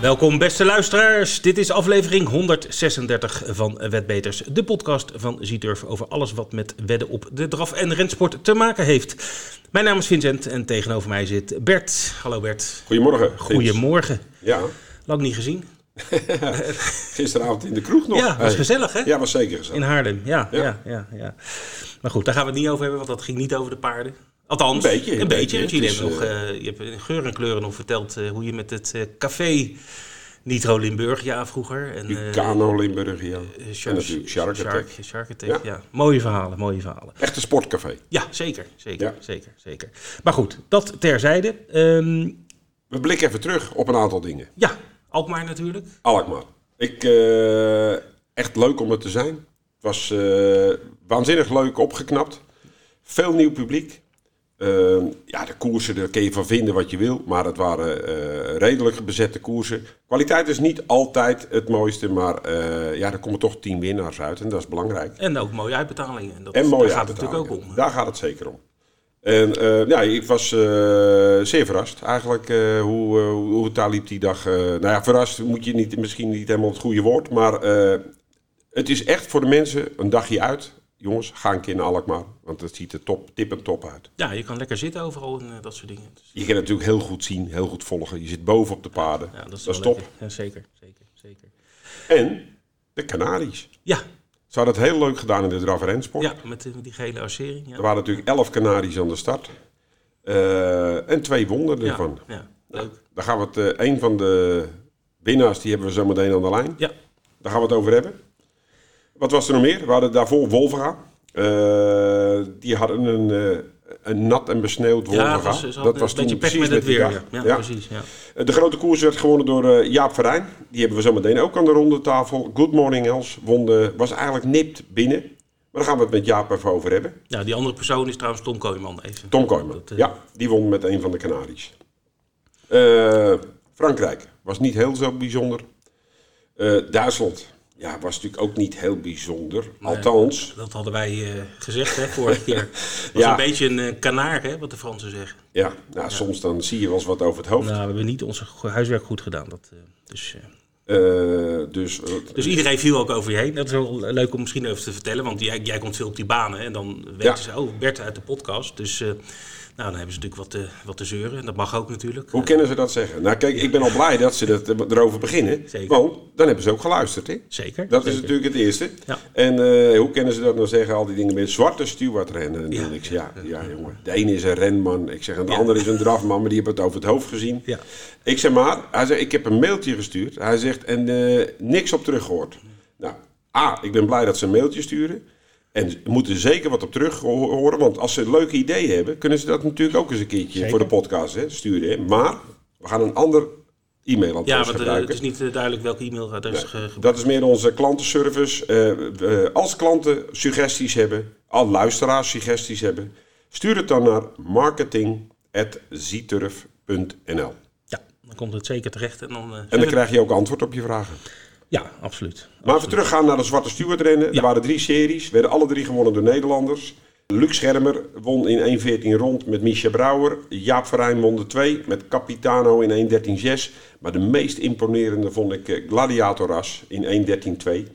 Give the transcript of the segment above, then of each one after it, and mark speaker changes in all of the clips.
Speaker 1: Welkom beste luisteraars, dit is aflevering 136 van Wetbeters, de podcast van Zieturf over alles wat met wedden op de draf- en rensport te maken heeft. Mijn naam is Vincent en tegenover mij zit Bert. Hallo Bert.
Speaker 2: Goedemorgen.
Speaker 1: Goedemorgen.
Speaker 2: Ja.
Speaker 1: Lang niet gezien.
Speaker 2: Gisteravond in de kroeg nog.
Speaker 1: Ja, was gezellig hè?
Speaker 2: Ja, was zeker gezellig.
Speaker 1: In Haarlem, ja. Maar goed, daar gaan we het niet over hebben, want dat ging niet over de paarden. Althans, een beetje. Je hebt in geur en kleuren nog verteld hoe je met het café Nitro Limburgia vroeger. En
Speaker 2: Kano Limburgia. En natuurlijk Shark Attack.
Speaker 1: Ja. Mooie verhalen.
Speaker 2: Echt een sportcafé.
Speaker 1: Ja, zeker. Maar goed, dat terzijde.
Speaker 2: We blikken even terug op een aantal dingen.
Speaker 1: Ja, Alkmaar natuurlijk.
Speaker 2: Alkmaar. Echt leuk om er te zijn. Het was waanzinnig leuk opgeknapt. Veel nieuw publiek. De koersen, daar kun je van vinden wat je wil. Maar het waren redelijk bezette koersen. Kwaliteit is niet altijd het mooiste. Maar er komen toch 10 winnaars uit. En dat is belangrijk.
Speaker 1: En ook mooie uitbetalingen.
Speaker 2: En mooie
Speaker 1: daar gaat het natuurlijk ook om.
Speaker 2: Daar gaat het zeker om. En ik was zeer verrast eigenlijk hoe het daar liep die dag. Verrast moet je misschien niet helemaal het goede woord. Maar het is echt voor de mensen een dagje uit. Jongens, ga een keer naar Alkmaar, want het ziet er tip en top uit. Ja,
Speaker 1: je kan lekker zitten overal en dat soort dingen. Dus
Speaker 2: je kan natuurlijk heel goed zien, heel goed volgen. Je zit boven op de paden.
Speaker 1: Ja, dat
Speaker 2: is top.
Speaker 1: Ja, zeker.
Speaker 2: En de Canaries.
Speaker 1: Ja.
Speaker 2: Ze hadden het heel leuk gedaan in de draf- en rensport.
Speaker 1: Ja, met die gele arcering. Ja.
Speaker 2: Er waren natuurlijk 11 Canaries aan de start. En 2 wonnen ervan.
Speaker 1: Ja, leuk.
Speaker 2: Daar gaan we het, een van de winnaars, die hebben we zo meteen aan de lijn.
Speaker 1: Ja.
Speaker 2: Daar gaan we het over hebben. Wat was er nog meer? We hadden daarvoor Wolvega. Die hadden een nat en besneeuwd Wolvega.
Speaker 1: Ja, dat was toen precies met het weer. Ja, precies. Ja.
Speaker 2: De grote koers werd gewonnen door Jaap Verijn. Die hebben we zo meteen ook aan de rondetafel. Good Morning Els was eigenlijk nipt binnen. Maar daar gaan we het met Jaap even over hebben.
Speaker 1: Ja, die andere persoon is trouwens Tom Kooijman. Even.
Speaker 2: Tom Kooijman, die won met een van de Canaries. Frankrijk was niet heel zo bijzonder. Duitsland. Ja, was natuurlijk ook niet heel bijzonder. Nee, althans.
Speaker 1: Dat hadden wij gezegd vorige keer. Het was een beetje een kanaar, hè, wat de Fransen zeggen.
Speaker 2: Ja, soms dan zie je wel eens wat over het hoofd.
Speaker 1: Nou, we hebben niet ons huiswerk goed gedaan. Dus iedereen viel ook over je heen. Dat is wel leuk om misschien even te vertellen. Want jij komt veel op die banen. En dan weten ze, Bert uit de podcast. Dus dan hebben ze natuurlijk wat te zeuren. En dat mag ook natuurlijk.
Speaker 2: Hoe kunnen ze dat zeggen? Nou kijk, ik ben al blij dat ze erover beginnen. Zeker. Want dan hebben ze ook geluisterd. Hè?
Speaker 1: Zeker.
Speaker 2: Dat is natuurlijk het eerste. Ja. En hoe kunnen ze dat nou zeggen? Al die dingen met zwarte stewardrennen. En ik zeg, jongen. De ene is een renman. Ik zeg, en de andere is een drafman. Maar die hebben het over het hoofd gezien. Ja. Ik zeg maar, hij zegt, ik heb een mailtje gestuurd. Hij zegt, en niks op teruggehoord. Nou, ik ben blij dat ze een mailtje sturen. En ze moeten zeker wat op terug horen. Want als ze leuke ideeën hebben, kunnen ze dat natuurlijk ook eens een keertje voor de podcast sturen. Hè. Maar we gaan een ander e-mailadres gebruiken.
Speaker 1: Het is niet duidelijk welke e-mailadres gebruikt.
Speaker 2: Dat is meer onze klantenservice. Als klanten suggesties hebben, al luisteraars suggesties hebben, stuur het dan naar marketing@zieturf.nl.
Speaker 1: Ja, dan komt het zeker terecht. En
Speaker 2: dan krijg je ook antwoord op je vragen.
Speaker 1: Ja, absoluut.
Speaker 2: Maar we teruggaan naar de zwarte stewardrennen. Er waren 3 series, werden alle 3 gewonnen door Nederlanders. Luc Schermer won in 1.14 rond met Misha Brouwer. Jaap Verijn won de 2 met Capitano in 1.13.6. Maar de meest imponerende vond ik Gladiatoras in 1.13.2.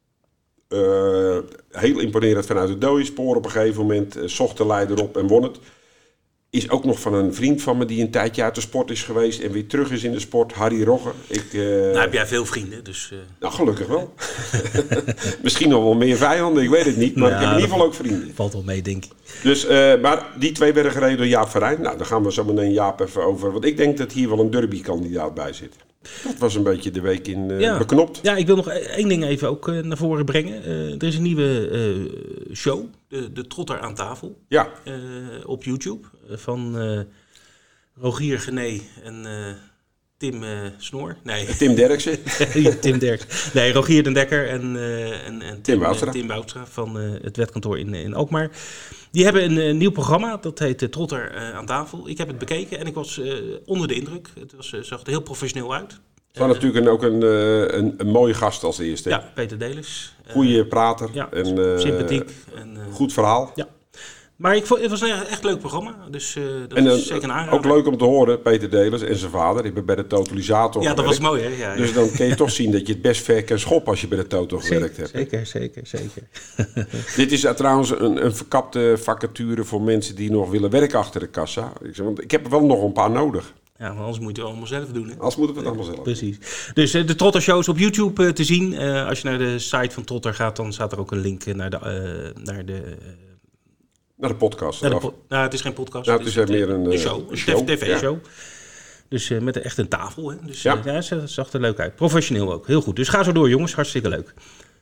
Speaker 2: Heel imponerend vanuit het dode spoor op een gegeven moment. Zocht de leider op en won het. Is ook nog van een vriend van me die een tijdje uit de sport is geweest en weer terug is in de sport, Harry Rogge.
Speaker 1: Nou heb jij veel vrienden, dus...
Speaker 2: Nou, gelukkig wel. Misschien nog wel meer vijanden, ik weet het niet, maar ik heb in ieder geval ook vrienden.
Speaker 1: Valt wel mee, denk ik.
Speaker 2: Dus, maar die 2 werden gereden door Jaap Verijn. Nou, daar gaan we zo meteen Jaap even over, want ik denk dat hier wel een derby-kandidaat bij zit. Dat was een beetje de week in beknopt.
Speaker 1: Ja, ik wil nog 1 ding even ook naar voren brengen. Er is een nieuwe show, de Trotter aan tafel, op YouTube. Van Rogier Gené en Tim Snoor. Nee.
Speaker 2: Tim Derksen.
Speaker 1: Tim Derksen. Nee, Rogier den Dekker en
Speaker 2: Tim
Speaker 1: Woudstra van het wetkantoor in Alkmaar. Die hebben een nieuw programma, dat heet Trotter aan tafel. Ik heb het bekeken en ik was onder de indruk. Het zag er heel professioneel uit.
Speaker 2: Het was natuurlijk ook een mooie gast als eerste.
Speaker 1: Ja, Peter Delis.
Speaker 2: Goeie prater.
Speaker 1: Ja,
Speaker 2: en,
Speaker 1: sympathiek. En,
Speaker 2: goed verhaal.
Speaker 1: Ja. Maar het was een echt leuk programma. Dus dat is zeker een aanrader.
Speaker 2: Ook leuk om te horen, Peter Delers en zijn vader. Die hebben bij de Totalisator gewerkt.
Speaker 1: Dat was mooi, hè? Ja.
Speaker 2: Dus dan kun je toch zien dat je het best ver kan schoppen als je bij de Toto gewerkt hebt.
Speaker 1: Zeker.
Speaker 2: Dit is trouwens een verkapte vacature voor mensen die nog willen werken achter de kassa. Want ik heb er wel nog een paar nodig.
Speaker 1: Ja, maar anders moet je het allemaal zelf doen. Hè?
Speaker 2: Anders moeten we het allemaal zelf.
Speaker 1: Precies. Dus de Trotter Show is op YouTube te zien. Als je naar de site van Trotter gaat, dan staat er ook een link naar
Speaker 2: de podcast.
Speaker 1: Het is geen podcast.
Speaker 2: Het is meer een
Speaker 1: show. Een tv-show. Dus met echt een tafel. Hè? Dus ze zag er leuk uit. Professioneel ook. Heel goed. Dus ga zo door, jongens. Hartstikke leuk.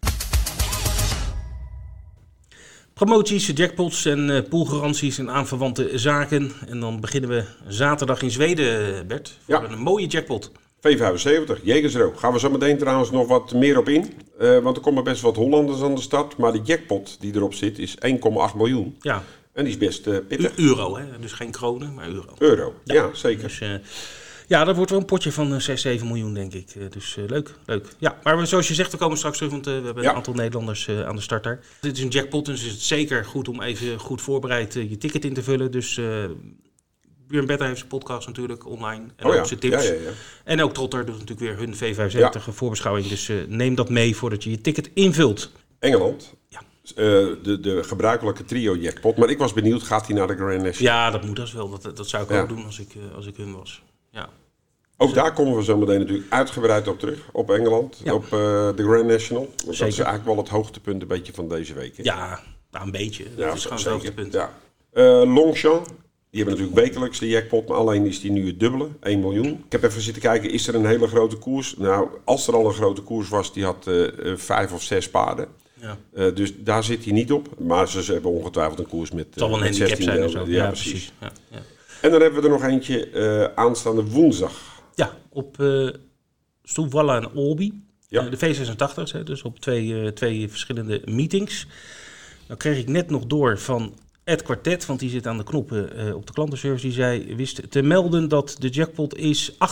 Speaker 1: Promoties, jackpots en poolgaranties en aanverwante zaken. En dan beginnen we zaterdag in Zweden, Bert. Voor een mooie jackpot.
Speaker 2: V75, Jägersro. Gaan we zo meteen trouwens nog wat meer op in. Want er komen best wat Hollanders aan de start. Maar de jackpot die erop zit is 1,8 miljoen.
Speaker 1: Ja.
Speaker 2: En die is best pittig.
Speaker 1: Euro, hè? Dus geen kronen, maar euro.
Speaker 2: Euro, ja zeker.
Speaker 1: Dus, dat wordt wel een potje van 6, 7 miljoen, denk ik. Dus leuk. Ja, maar zoals je zegt, we komen straks terug, want we hebben een aantal Nederlanders aan de start daar. Dit is een jackpot, dus is het zeker goed om even goed voorbereid je ticket in te vullen. Dus Björn Betta heeft zijn podcast natuurlijk online. En ook zijn tips. Ja. En ook Trotter doet natuurlijk weer hun V75 voorbeschouwing. Dus neem dat mee voordat je je ticket invult.
Speaker 2: Engeland. Ja. De gebruikelijke trio jackpot. Maar ik was benieuwd, gaat hij naar de Grand National?
Speaker 1: Ja, dat moet dus wel. Dat zou ik ook doen als ik hun was. Ja.
Speaker 2: Ook daar komen we zo meteen natuurlijk uitgebreid op terug. Op Engeland, op de Grand National. Want dat is eigenlijk wel het hoogtepunt een beetje van deze week. Hè?
Speaker 1: Ja, een beetje. Dat is gewoon het hoogtepunt.
Speaker 2: Ja. Longchamp. Die hebben natuurlijk wekelijks de jackpot, maar alleen is die nu het dubbele, 1 miljoen. Ik heb even zitten kijken, is er een hele grote koers? Nou, als er al een grote koers was, die had 5 of 6 paarden. Ja. Dus daar zit hij niet op. Maar ze hebben ongetwijfeld een koers met 16
Speaker 1: Het zal wel een handicap zijn of zo.
Speaker 2: Ja, precies. Ja. En dan hebben we er nog eentje aanstaande woensdag.
Speaker 1: Ja, op Solvalla en Alby. De V86, dus op twee verschillende meetings. Dan kreeg ik net nog door van Ed Quartet, want die zit aan de knoppen op de klantenservice. Die wist te melden dat de jackpot is 883.000.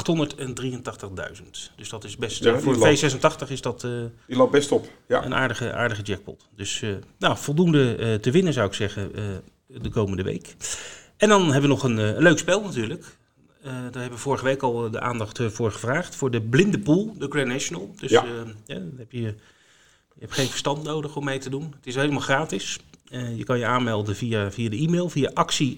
Speaker 1: Dus dat is best, voor V86 is dat
Speaker 2: die loopt best op,
Speaker 1: een aardige jackpot. Dus voldoende te winnen zou ik zeggen de komende week. En dan hebben we nog een leuk spel natuurlijk. Daar hebben we vorige week al de aandacht voor gevraagd. Voor de blinde pool, de Grand National. Dus dan heb je hebt geen verstand nodig om mee te doen. Het is helemaal gratis. Je kan je aanmelden via de e-mail, via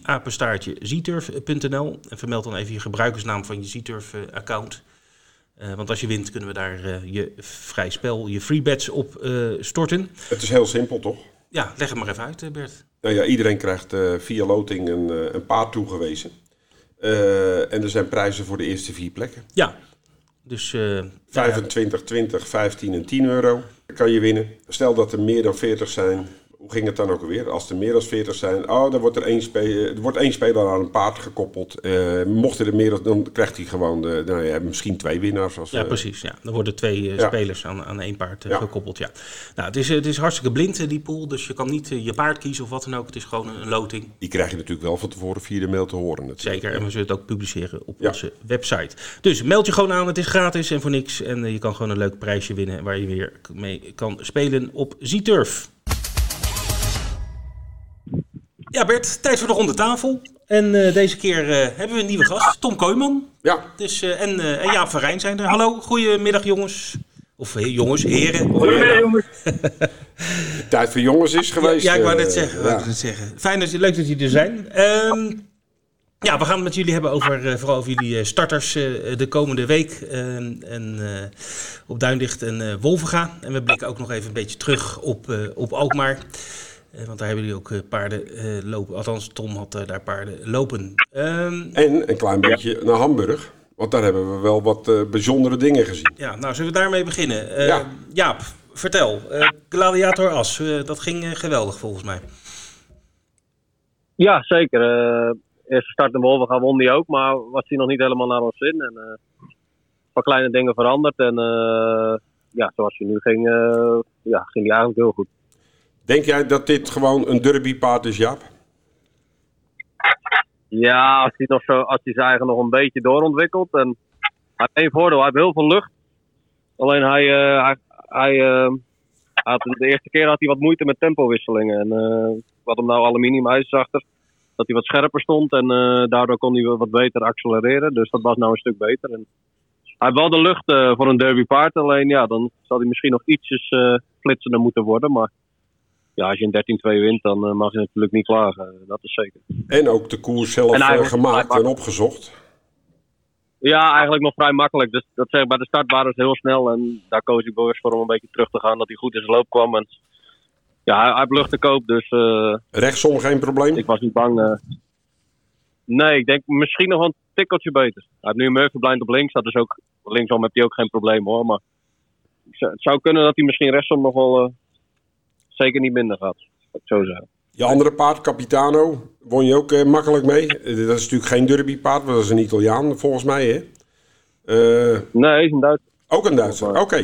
Speaker 1: actie@zturf.nl. En vermeld dan even je gebruikersnaam van je Zturf-account. Want als je wint, kunnen we daar je vrij spel, je free bets op storten.
Speaker 2: Het is heel simpel, toch?
Speaker 1: Ja, leg het maar even uit, Bert.
Speaker 2: Nou ja, iedereen krijgt via loting een paard toegewezen. En er zijn prijzen voor de eerste 4 plekken.
Speaker 1: Ja. Dus
Speaker 2: 25, 20, 15 en 10 euro kan je winnen. Stel dat er meer dan 40 zijn. Hoe ging het dan ook alweer? Als er meer dan 40 zijn, dan wordt er één speler aan een paard gekoppeld. Mochten er meer, dan krijgt hij gewoon misschien 2 winnaars.
Speaker 1: Precies. Ja. Dan worden 2 spelers aan 1 paard gekoppeld. Ja. Nou, het is hartstikke blind, die pool. Dus je kan niet je paard kiezen of wat dan ook. Het is gewoon een loting.
Speaker 2: Die krijg je natuurlijk wel van tevoren via de mail te horen. Natuurlijk.
Speaker 1: Zeker. En we zullen het ook publiceren op onze website. Dus meld je gewoon aan. Het is gratis en voor niks. En je kan gewoon een leuk prijsje winnen waar je weer mee kan spelen op Zturf. Ja, Bert, tijd voor de ronde tafel. En deze keer hebben we een nieuwe gast, Tom Kooijman.
Speaker 2: Ja.
Speaker 1: Dus, en Jaap van Rijn zijn er. Hallo, goedemiddag jongens. Of jongens, heren.
Speaker 3: Goedemiddag jongens.
Speaker 2: De tijd voor jongens is geweest.
Speaker 1: Ja, ik wou net zeggen. Fijn, leuk dat jullie er zijn. We gaan het met jullie hebben vooral over jullie starters de komende week. Op Duinlicht en Wolvenga. En we blikken ook nog even een beetje terug op Alkmaar. Want daar hebben jullie ook paarden lopen. Althans, Tom had daar paarden lopen.
Speaker 2: En een klein beetje naar Hamburg. Want daar hebben we wel wat bijzondere dingen gezien.
Speaker 1: Ja, nou zullen we daarmee beginnen. Jaap, vertel. Gladiator As, dat ging geweldig volgens mij.
Speaker 3: Ja, zeker. Eerste start in Wolvenga won die ook. Maar was die nog niet helemaal naar ons zin. En wat kleine dingen veranderd. En zoals hij nu ging, ging die eigenlijk heel goed.
Speaker 2: Denk jij dat dit gewoon een derbypaard is, Jaap?
Speaker 3: Ja, als hij zijn eigen nog een beetje doorontwikkelt. En hij heeft één voordeel, hij heeft heel veel lucht. Alleen hij de eerste keer had hij wat moeite met tempowisselingen. En we hadden hem nou aluminiumijzers achter. Dat hij wat scherper stond en daardoor kon hij wat beter accelereren. Dus dat was nou een stuk beter. En hij heeft wel de lucht voor een derbypaard. Alleen ja, dan zal hij misschien nog ietsjes flitsender moeten worden. Maar ja, als je een 13-2 wint, dan mag je natuurlijk niet klagen. Dat is zeker.
Speaker 2: En ook de koers zelf gemaakt en opgezocht.
Speaker 3: Ja, eigenlijk nog vrij makkelijk. Dus dat zeg ik, bij de start waren ze heel snel. En daar koos ik bewust voor om een beetje terug te gaan. Dat hij goed in zijn loop kwam. En ja, hij heeft lucht te koop. Dus
Speaker 2: rechtsom geen probleem?
Speaker 3: Ik was niet bang. Nee, ik denk misschien nog een tikkeltje beter. Hij heeft nu een Murphy blind op links. Dat is ook, linksom heeft hij ook geen probleem hoor. Maar het zou kunnen dat hij misschien rechtsom nog wel zeker niet minder gaat. Dat ik zo zeggen.
Speaker 2: Je andere paard, Capitano, won je ook makkelijk mee. Dat is natuurlijk geen derbypaard, maar dat is een Italiaan volgens mij, hè?
Speaker 3: Nee, is een Duitser.
Speaker 2: Ook een Duitser, oké.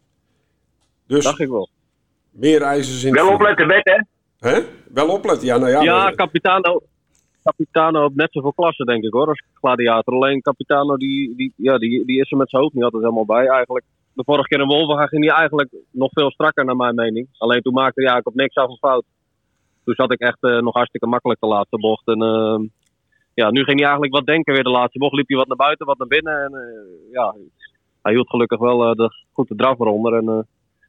Speaker 2: Dus
Speaker 3: dacht ik wel.
Speaker 2: Meer ijzers in.
Speaker 4: Wel opletten, wet, hè?
Speaker 2: Wel opletten, ja, nou ja.
Speaker 3: Ja, maar Capitano heeft net zoveel klasse, denk ik hoor, als Gladiator. Alleen Capitano, die is er met zijn hoofd niet altijd helemaal bij eigenlijk. De vorige keer in Wolvenga ging hij eigenlijk nog veel strakker naar mijn mening. Alleen toen maakte hij eigenlijk op niks af een fout. Toen zat ik echt nog hartstikke makkelijk de laatste bocht. En nu ging hij eigenlijk wat denken weer de laatste bocht. Liep hij wat naar buiten, wat naar binnen. En hij hield gelukkg wel goed de draf eronder. En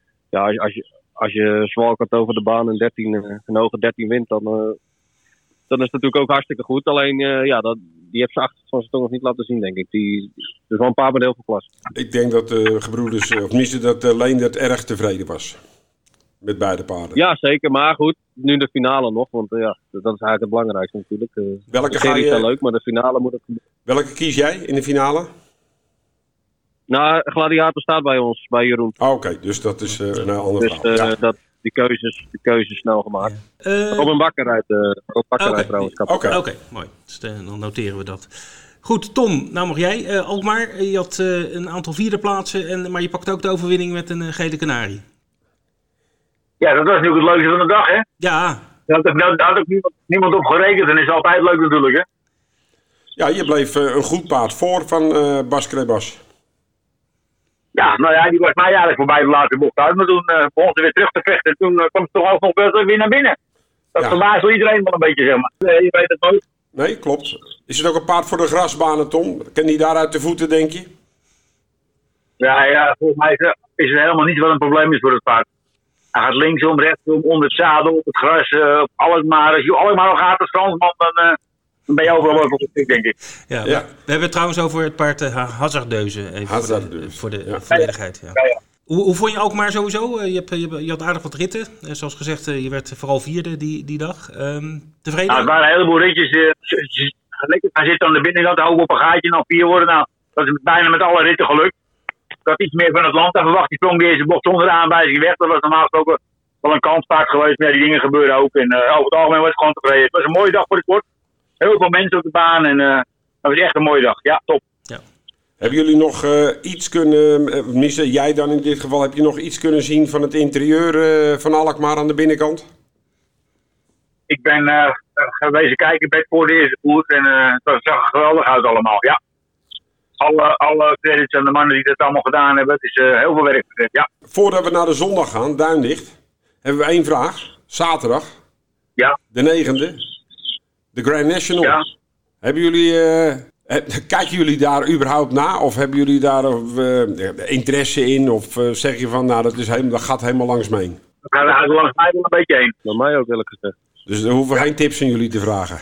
Speaker 3: als je zwalkert over de baan en een hoge 13 wint, dan is het natuurlijk ook hartstikke goed. Alleen, die heeft ze achter van zijn tong nog niet laten zien, denk ik. Dus wel een paar met heel veel klas.
Speaker 2: Ik denk dat gebroeders, of niet, dat Leendert erg tevreden was. Met beide paarden.
Speaker 3: Ja, zeker. Maar goed, nu de finale nog. Want dat is eigenlijk het belangrijkste natuurlijk.
Speaker 2: Welke
Speaker 3: ga je... is wel leuk, maar de finale moet het...
Speaker 2: Welke kies jij in de finale?
Speaker 3: Nou, Gladiator staat bij ons, bij Jeroen.
Speaker 2: Oké, dus dat is een ander verhaal.
Speaker 3: Die keuzes snel gemaakt. Op een bakkerij trouwens.
Speaker 1: Oké, mooi. Dus, dan noteren we dat. Goed, Tom, nou mag jij. Alkmaar, je had een aantal vierde plaatsen, maar je pakt ook de overwinning met een gele kanarie.
Speaker 4: Ja, dat was natuurlijk het leukste van de dag, hè?
Speaker 1: Ja.
Speaker 4: Daar had ook niemand op gerekend en is altijd leuk natuurlijk, hè?
Speaker 2: Ja, je bleef een goed paard voor van Bas Krebas.
Speaker 4: Ja, nou ja, die was mij eigenlijk voorbij de laatste bocht uit. Maar toen begon ze weer terug te vechten. En toen kwam ze toch ook nog weer naar binnen. Dat verbaasde iedereen wel een beetje, zeg maar. Je weet het nooit.
Speaker 2: Nee, klopt. Is het ook een paard voor de grasbanen, Tom? Ken die daar uit de voeten, denk je?
Speaker 4: Ja, volgens mij is het helemaal niet wat een probleem is voor het paard. Hij gaat linksom, rechtsom, onder het zadel, op het gras, op Alkmaar. Als je Alkmaar nog gaat als Fransman, dan ben je overal wel op het stuk, denk ik.
Speaker 1: Ja. We hebben het trouwens over het paard Hazardeuze. Voor de volledigheid. Ja. Ja. Hoe vond je Alkmaar sowieso? Je had aardig wat ritten. Zoals gezegd, je werd vooral vierde die dag. Tevreden?
Speaker 4: Nou, het waren een heleboel ritjes. Hij zit aan de binnenkant, hoog op een gaatje, en al 4 worden. Nou, dat is bijna met alle ritten gelukt. Ik had iets meer van het land daar verwacht. Die sprong de eerste bocht zonder aanwijzing weg. Dat was normaal gesproken wel een kanspaard geweest. Maar die dingen gebeuren ook. En over het algemeen was het gewoon tevreden. Het was een mooie dag voor de sport. Heel veel mensen op de baan. En dat was echt een mooie dag. Ja, top. Ja.
Speaker 2: Hebben jullie nog iets kunnen... jij dan in dit geval. Heb je nog iets kunnen zien van het interieur van Alkmaar aan de binnenkant?
Speaker 4: Ik ben geweest kijken bij voor de eerste koers. En het zag er geweldig uit allemaal. Ja. Alle credits aan de mannen die dat allemaal gedaan hebben. Het is heel veel werk gezet, ja.
Speaker 2: Voordat we naar de zondag gaan, Duinlicht, hebben we 1 vraag. Zaterdag, de 9e, de Grand National. Ja. Hebben jullie, kijken jullie daar überhaupt naar? Of hebben jullie daar interesse in? Of zeg je van, nou, dat gaat helemaal langs me heen?
Speaker 4: Dat gaat er langs mij wel een beetje heen.
Speaker 3: Bij mij ook, eerlijk gezegd.
Speaker 2: Dus er hoeven geen tips aan jullie te vragen.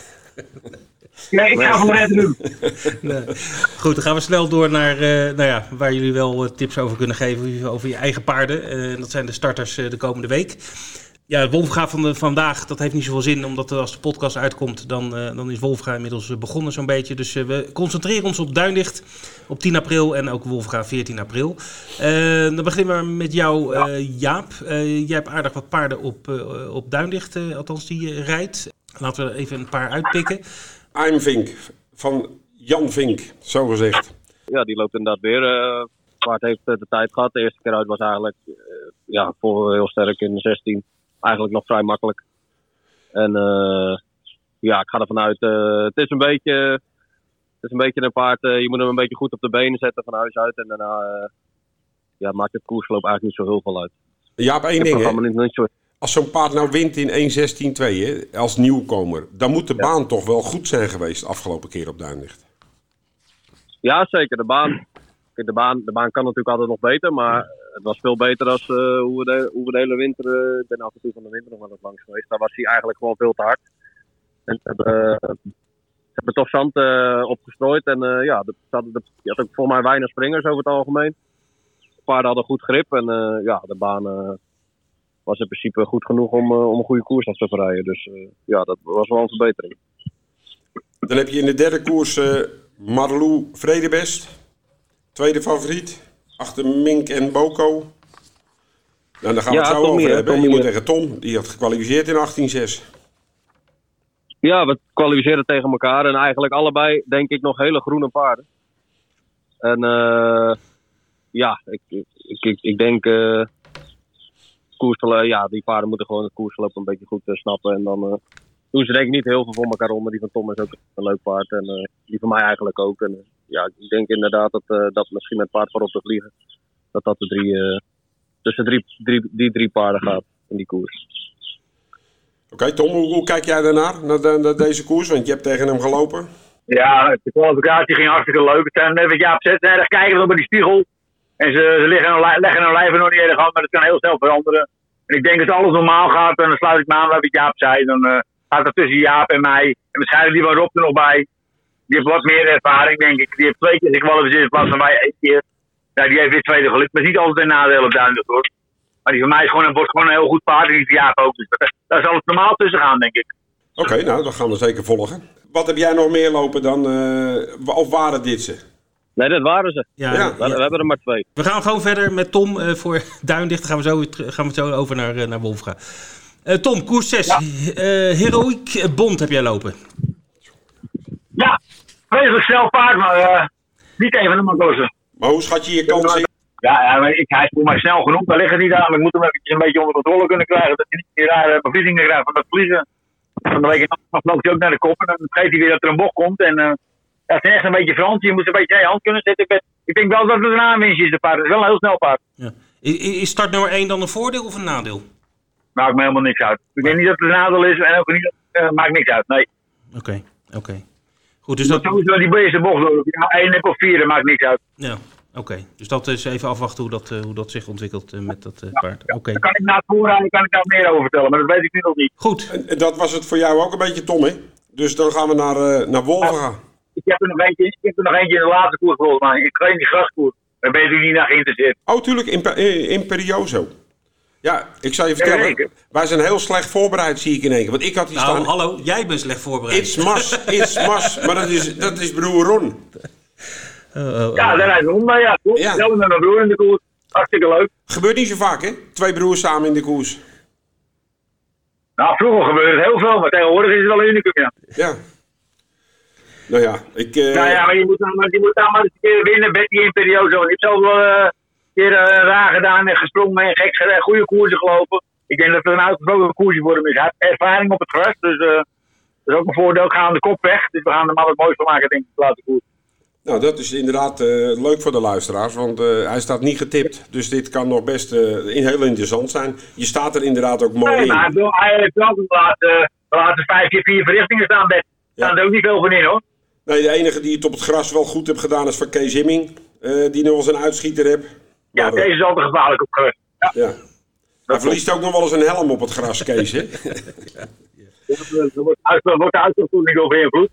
Speaker 4: Nee, ik ga gewoon net doen.
Speaker 1: Nee. Goed, dan gaan we snel door naar waar jullie wel tips over kunnen geven over je eigen paarden. Dat zijn de starters de komende week. Ja, het Wolvenga van vandaag, dat heeft niet zoveel zin, omdat als de podcast uitkomt, dan is Wolvenga inmiddels begonnen zo'n beetje. Dus we concentreren ons op Duinlicht op 10 april en ook Wolvenga 14 april. Dan beginnen we met jou, Jaap. Jij hebt aardig wat paarden op Duinlicht, althans die je rijdt. Laten we er even een paar uitpikken.
Speaker 2: I'm Vink, van Jan Vink, zo gezegd.
Speaker 3: Ja, die loopt inderdaad weer. Paard heeft de tijd gehad. De eerste keer uit was eigenlijk voor heel sterk in de 16. Eigenlijk nog vrij makkelijk. En ik ga ervan uit. Het is een beetje een paard. Je moet hem een beetje goed op de benen zetten van huis uit. En daarna maakt het koersloop eigenlijk niet zo heel veel uit.
Speaker 2: Ja, één ding, hè. Als zo'n paard nou wint in 1.16.2, als nieuwkomer, dan moet de baan toch wel goed zijn geweest de afgelopen keer op Duinlicht.
Speaker 3: Ja, zeker. De baan kan natuurlijk altijd nog beter, maar het was veel beter dan hoe we de hele winter... ik ben af en toe van de winter nog wel eens langs geweest. Daar was hij eigenlijk gewoon veel te hard. En ze hebben toch zand opgestrooid. En je had ook volgens mij weinig springers over het algemeen. De paarden hadden goed grip. En de baan was in principe goed genoeg om een goede koers af te verrijden. Dus dat was wel een verbetering.
Speaker 2: Dan heb je in de derde koers Marlou Vredebest. Tweede favoriet. Achter Mink en Boko. Nou, daar gaan we het zo over hebben. Je moet tegen Tom. Die had gekwalificeerd in 18.6.
Speaker 3: Ja, we kwalificeerden tegen elkaar. En eigenlijk allebei, denk ik, nog hele groene paarden. En ik denk... die paarden moeten gewoon het koersverloop een beetje goed snappen. En dan doen ze denk ik niet heel veel voor elkaar om. Die van Tom is ook een leuk paard. En die van mij eigenlijk ook. En ik denk inderdaad dat misschien met paard voorop te vliegen. Dat tussen die drie paarden gaat in die koers.
Speaker 2: Oké, Tom, hoe kijk jij daarnaar, naar deze koers? Want je hebt tegen hem gelopen.
Speaker 4: Ja, de kwalificatie ging hartstikke leuk. Het zijn net Jaap zet, erg kijken op die spiegel. En ze leggen hun lijven nog niet erg aan, maar dat kan heel snel veranderen. En ik denk dat alles normaal gaat, en dan sluit ik me aan wat Jaap zei. Dan gaat het tussen Jaap en mij. En waarschijnlijk die van Rob er nog bij. Die heeft wat meer ervaring, denk ik. Die heeft 2 keer gekwalificeerd in plaats van mij 1 keer. Ja, die heeft weer tweede gelukt. Maar niet altijd een nadeel op Duinlicht, hoor. Maar die van mij wordt gewoon een heel goed paard. En die van Jaap ook. Dus daar zal het normaal tussen gaan, denk ik.
Speaker 2: Oké, nou, dat gaan we zeker volgen. Wat heb jij nog meer lopen dan? Of waren dit ze?
Speaker 3: Nee, dat waren ze. Ja. We hebben er maar 2.
Speaker 1: We gaan gewoon verder met Tom voor Duinlicht. Dan gaan we zo over naar Wolfga. Tom, koers 6. Ja. Heroic Bond heb jij lopen.
Speaker 4: Ja, vreselijk snel paard, maar niet even de makkelijkste.
Speaker 2: Maar hoe schat je kansen?
Speaker 4: Ja, hij is voor mij snel genoeg. Daar ligt het niet aan. Maar ik moet hem een beetje onder controle kunnen krijgen. Dat hij niet die rare bevriezingen krijgt van dat vliegen. Van de week af loopt hij ook naar de kop. En dan vergeet hij weer dat er een bocht komt. En het is echt een beetje Frans. Je moet een beetje naar je hand kunnen zetten. Ik denk wel dat het een aanwinstje is, de paard. Het is wel een heel snel paard.
Speaker 1: Ja. Is start nummer 1 dan een voordeel of een nadeel?
Speaker 4: Maakt me helemaal niks uit. Ik denk niet dat het een nadeel is. En ook niet, maakt niks uit. Nee.
Speaker 1: Oké. Goed, dus dat...
Speaker 4: Sowieso die eerste bocht door. 1 of 4, dat maakt niks uit.
Speaker 1: Ja. Oké, dus dat is even afwachten hoe dat zich ontwikkelt met dat paard.
Speaker 4: Daar kan ik na het voorrijden daar meer over vertellen, maar dat weet ik nu nog niet.
Speaker 1: Goed.
Speaker 2: En dat was het voor jou ook een beetje, Tom, hè? Dus dan gaan we naar Wolfga.
Speaker 4: Ik heb er nog eentje in de laatste koers volgens mij. Ik ga in die graskoers. Daar ben je niet naar geïnteresseerd.
Speaker 2: Oh, tuurlijk, Imperioso. Ja, ik zal je vertellen. Wij zijn heel slecht voorbereid, zie ik in één keer. Want ik had die staan...
Speaker 1: hallo, jij bent slecht voorbereid.
Speaker 2: It's mas. Maar dat is broer Ron.
Speaker 4: Ja, daar rijdt Ron bij, ja. Zelf met mijn broer in de koers. Hartstikke leuk.
Speaker 2: Gebeurt niet zo vaak, hè? 2 broers samen in de koers.
Speaker 4: Nou, vroeger gebeurde het heel veel, maar tegenwoordig is het wel een unicum, ja.
Speaker 2: Ja. Nou ja,
Speaker 4: maar je moet dan maar eens een keer winnen met die Imperioso. Ik heb zelf wel een keer raar gedaan en gesprongen en gek gedaan, goede koersen gelopen. Ik denk dat het een uitgesproken koersje voor hem is. Hij heeft ervaring op het gras, dus dat is ook een voordeel. Ik ga aan de kop weg, dus we gaan er maar wat moois van maken, denk ik, de laatste koers.
Speaker 2: Nou, dat is inderdaad leuk voor de luisteraars, want hij staat niet getipt. Dus dit kan nog best heel interessant zijn. Je staat er inderdaad ook mooi in.
Speaker 4: Maar hij heeft wel de laatste 5 keer 4 verrichtingen staan. Daar staan er ook niet veel van in, hoor.
Speaker 2: Nee, de enige die het op het gras wel goed heeft gedaan is van Kees Himming. Die nog eens een uitschieter heeft.
Speaker 4: Ja, Kees is altijd gevaarlijk op het gras.
Speaker 2: Ja. Hij verliest ook nog wel eens een helm op het gras, Kees, hè?
Speaker 4: Er wordt de uitvoering niet over invloed.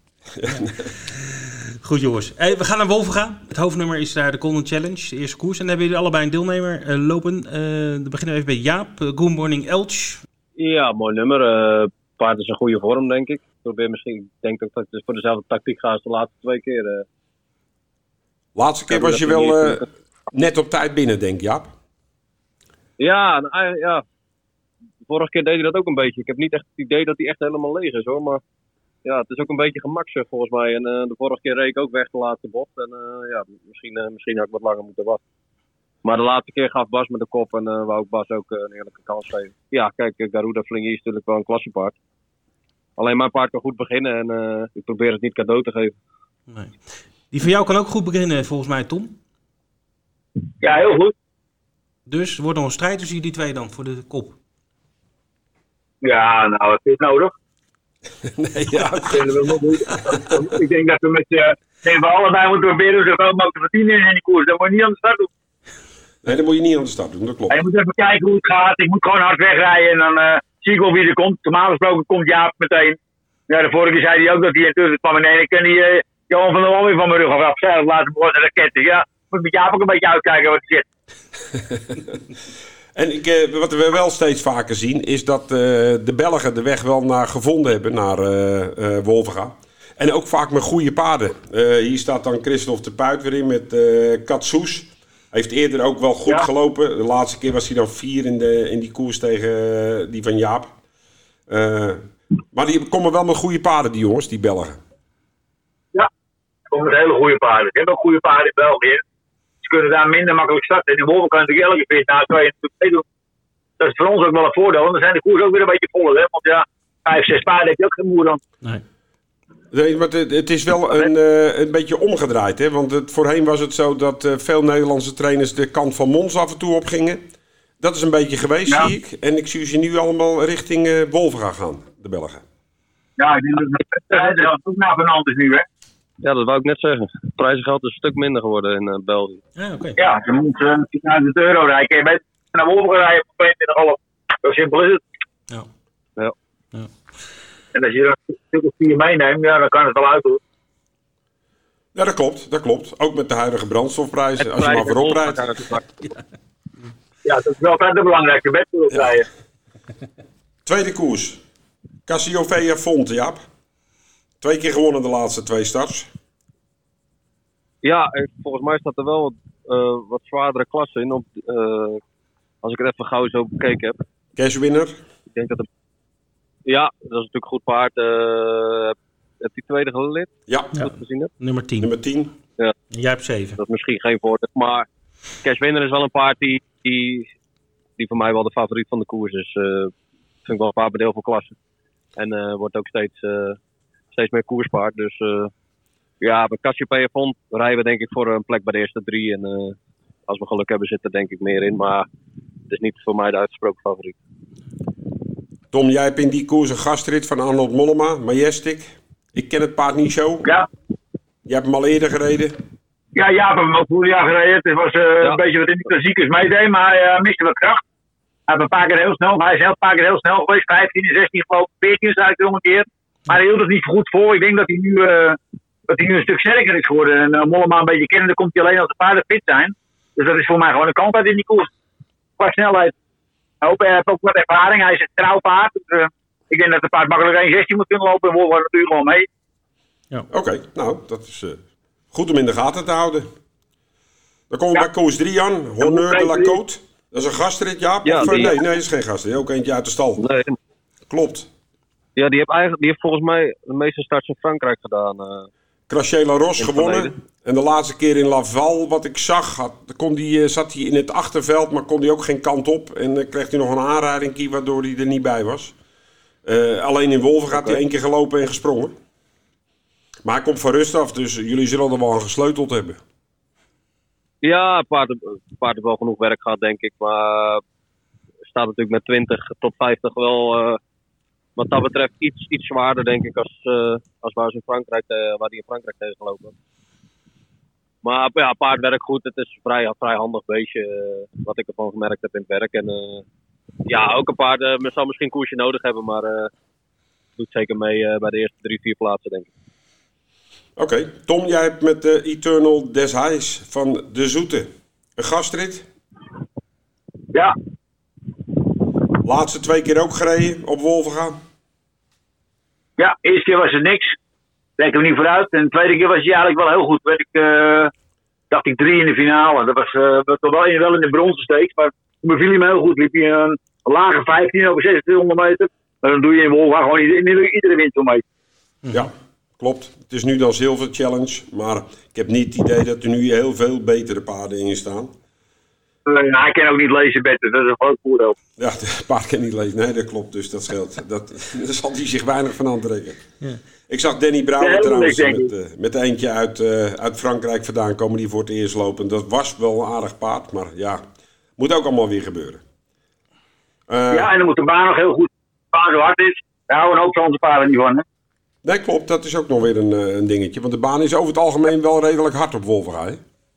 Speaker 1: Goed, jongens. We gaan naar Wolfga. Het hoofdnummer is daar de Golden Challenge, de eerste koers. En dan hebben jullie allebei een deelnemer lopen. Dan beginnen we even bij Jaap. Good Morning Elch.
Speaker 3: Ja, mooi nummer. Paard is in goede vorm, denk ik. Ik denk ook dat het voor dezelfde tactiek gaat als de laatste 2 keer.
Speaker 2: Laatste keer was je wel net op tijd binnen, denk ik, Jaap.
Speaker 3: Ja, de vorige keer deed hij dat ook een beetje. Ik heb niet echt het idee dat hij echt helemaal leeg is, hoor. Maar ja, het is ook een beetje gemakzucht volgens mij. En de vorige keer reed ik ook weg de laatste bocht. En misschien had ik wat langer moeten wachten. Maar de laatste keer gaf Bas met de kop en wou ik Bas ook een eerlijke kans geven. Ja, kijk, Garuda Flingy is natuurlijk wel een klassepaard. Alleen mijn paard kan goed beginnen en ik probeer het niet cadeau te geven.
Speaker 1: Nee. Die van jou kan ook goed beginnen volgens mij, Tom.
Speaker 4: Ja, heel goed.
Speaker 1: Dus wordt nog een strijd tussen die twee dan voor de kop.
Speaker 4: Ja, nou, het is nodig.
Speaker 2: Nee, ja.
Speaker 4: Ik denk dat we allebei moeten proberen zoveel mogelijk te verdienen in die koers. Dat moet je niet aan de start doen.
Speaker 2: Nee, dat moet je niet aan de start doen, dat klopt.
Speaker 4: Je moet even kijken hoe het gaat. Ik moet gewoon hard wegrijden en dan zie ik wel wie er komt. Normaal gesproken komt Jaap meteen. Ja, de vorige keer zei hij ook dat hij intussen kwam. En ik ken die Johan van der Wal weer van mijn rug af. Zij laatste begon de raketten. Ja, moet met Jaap ook een beetje uitkijken wat hij zit.
Speaker 2: En wat we wel steeds vaker zien, is dat de Belgen de weg wel naar gevonden hebben, naar Wolvenga. En ook vaak met goede paarden. Hier staat dan Christophe de Puit weer in met Katsoes. Hij heeft eerder ook wel goed gelopen. De laatste keer was hij dan 4 in die koers tegen die van Jaap. Maar die komen wel met goede paarden, die jongens, die Belgen.
Speaker 4: Ja, die komen met hele goede paarden. Ze hebben ook goede paarden in België. Ze kunnen daar minder makkelijk starten. En in Wolven kan natuurlijk elke keer na 2 doen. Dat is voor ons ook wel een voordeel. Want dan zijn de koers ook weer een beetje voller. Hè? Want ja, 5, 6 paarden heb je ook geen moer dan.
Speaker 2: Nee, maar het is wel een beetje omgedraaid. Hè? Want voorheen was het zo dat veel Nederlandse trainers de kant van Mons af en toe opgingen. Dat is een beetje geweest, zie ik. En ik zie ze nu allemaal richting Wolvenga gaan, de Belgen.
Speaker 4: Ja, ik denk dat het ook naar van is nu, hè.
Speaker 3: Ja, dat wou ik net zeggen. Het prijzengeld is een stuk minder geworden in België.
Speaker 4: Ja, ze moeten €10.000 rijden. Je bent naar Wolvenga rijden voor 22,5. Zo simpel is het.
Speaker 3: Ja.
Speaker 4: En als je er een stuk of 4 meeneemt, ja, dan kan het wel uit, hoor.
Speaker 2: Ja, dat klopt. Ook met de huidige brandstofprijzen, als je maar voorop rijdt.
Speaker 4: Ja, dat is wel altijd de belangrijkste bed voor rijden.
Speaker 2: Tweede koers. Cassiopeia Font, Jaap. 2 keer gewonnen de laatste 2 starts.
Speaker 3: Ja, volgens mij staat er wel wat zwaardere klassen in. Als ik het even gauw zo bekeken heb.
Speaker 2: Cashwinner.
Speaker 3: Ik denk dat ja, dat is natuurlijk een goed paard. Heb die tweede gelid?
Speaker 2: Ja.
Speaker 3: Goed gezien heb?
Speaker 1: Nummer 10.
Speaker 2: Nummer 10.
Speaker 3: Ja.
Speaker 1: En jij hebt 7.
Speaker 3: Dat is misschien geen voordeel. Maar Cashwinner is wel een paard die voor mij wel de favoriet van de koers is. Vind ik wel een paard met heel veel klassen. En wordt ook steeds meer koerspaard. Dus ja, bij Cassiopeia Font rijden we denk ik voor een plek bij de eerste 3. En als we geluk hebben zit er denk ik meer in. Maar het is niet voor mij de uitgesproken favoriet.
Speaker 2: Tom, jij hebt in die koers een gastrit van Arnold Mollema, Majestic. Ik ken het paard niet zo.
Speaker 4: Ja.
Speaker 2: Jij hebt hem al eerder gereden?
Speaker 4: Ja, Jaap heeft hem ook vorig jaar gereden. Het was een beetje wat in de klassiekers meedeed, maar hij miste wat kracht. Hij heeft een paar keer heel snel, hij is een paar keer heel snel geweest. 15 en 16 geloof ik, 14 is eigenlijk nog een keer. Maar hij hield het niet goed voor. Ik denk dat hij nu een stuk sterker is geworden. En Mollema een beetje kennen, dan komt hij alleen als de paarden fit zijn. Dus dat is voor mij gewoon een kant uit in die koers. Qua snelheid. Hij heeft ook wat ervaring. Hij is een trouw paard. Dus, ik denk dat de paard makkelijk 1,16 moet kunnen lopen. En Wolven gaat natuurlijk gewoon mee.
Speaker 2: Ja. Oké, nou, dat is goed om in de gaten te houden. Dan komen we bij koers 3 aan. Honneur de la Côte. Dat is een gastrit, Jaap?
Speaker 3: Ja,
Speaker 2: nee, dat is geen gastrit. Ook eentje uit de stal.
Speaker 3: Nee.
Speaker 2: Klopt.
Speaker 3: Ja, die heeft volgens mij de meeste starts in Frankrijk gedaan.
Speaker 2: Crachet La Roche gewonnen. En de laatste keer in Laval, wat ik zag, zat hij in het achterveld, maar kon hij ook geen kant op. En kreeg hij nog een aanrijding, waardoor hij er niet bij was. Alleen in Wolven gaat hij 1 keer gelopen en gesprongen. Maar hij komt van rust af, dus jullie zullen er wel aan gesleuteld hebben.
Speaker 3: Ja, het paard heeft wel genoeg werk gehad, denk ik. Maar staat natuurlijk met 20 tot 50 wel wat dat betreft iets zwaarder, denk ik, als waar hij in Frankrijk tegen gelopen. Maar ja, paard werkt goed. Het is een vrij handig beestje, wat ik ervan gemerkt heb in het werk. En ja, ook een paard zal misschien een koersje nodig hebben, maar doet zeker mee bij de eerste 3-4 plaatsen, denk ik.
Speaker 2: Oké. Tom, jij hebt met de Eternal des Highs van De Zoete een gastrit.
Speaker 4: Ja.
Speaker 2: Laatste 2 keer ook gereden op Wolvenga.
Speaker 4: Ja, de eerste keer was er niks. Denk hem niet vooruit. En de tweede keer was hij eigenlijk wel heel goed. Dacht ik 3 in de finale. Dat was wel in de bronzen steek. Maar toen beviel hij me heel goed. Liep hij een lage 15 over 2600 meter. Maar dan doe je in Wolvenga gewoon iedere wind zo mee.
Speaker 2: Ja, klopt. Het is nu dan Silver Challenge. Maar ik heb niet het idee dat er nu heel veel betere paarden in staan.
Speaker 4: Hij kan ook niet lezen beter. Dat is een groot voordeel.
Speaker 2: Ja, het paard kan niet lezen. Nee, dat klopt. Dus dat scheelt. Daar zal hij zich weinig van aantrekken. Ja. Ik zag Danny Brouwer trouwens met eentje uit Frankrijk vandaan komen die voor het eerst lopen. Dat was wel een aardig paard. Maar ja, Moet ook allemaal weer gebeuren.
Speaker 4: Ja, en dan moet de baan nog heel goed. De baan zo hard is, daar houden een hoop van onze paarden niet van. Hè?
Speaker 2: Nee, klopt. Dat is ook nog weer een dingetje. Want de baan is over het algemeen wel redelijk hard op Wolverga.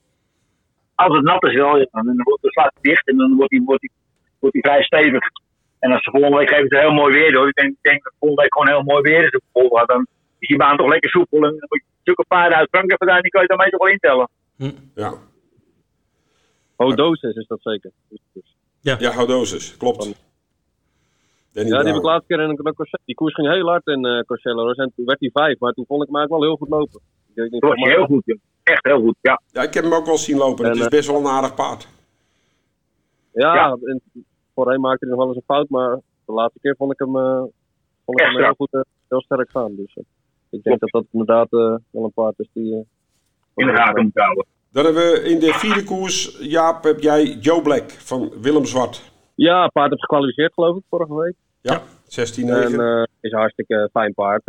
Speaker 4: Als het nat is wel, dan slaat het dicht en dan wordt hij vrij stevig. En als de volgende week geven ze heel mooi weer door. Ik denk dat de volgende week gewoon heel mooi weer is op Wolverga. Dan is die baan toch lekker soepel. En dan moet je zulke paarden uit Frankrijk vandaan, die kan je daarmee toch wel intellen.
Speaker 2: Ja.
Speaker 3: Hodosis is dat zeker.
Speaker 2: Ja, Hodosis, klopt.
Speaker 3: Die heb ik laatste keer in een Corsello. Die koers ging heel hard in Corsello. En toen werd hij 5, maar toen vond ik hem eigenlijk wel heel goed lopen.
Speaker 4: Dat was heel goed, ja. Echt heel goed, ja.
Speaker 2: Ja, ik heb hem ook wel zien lopen. Het is best wel een aardig paard.
Speaker 3: Ja. Voorheen maakte hij nog wel eens een fout, maar de laatste keer vond ik hem heel goed, heel sterk gaan. Dus ik denk dat inderdaad wel een paard is die...
Speaker 4: in de gaten moet houden.
Speaker 2: Dan hebben we in de vierde koers, Jaap, heb jij Joe Black van Willem Zwart.
Speaker 3: Ja, paard heb gekwalificeerd geloof ik vorige week.
Speaker 2: Ja, 16-9.
Speaker 3: En is een hartstikke fijn paard.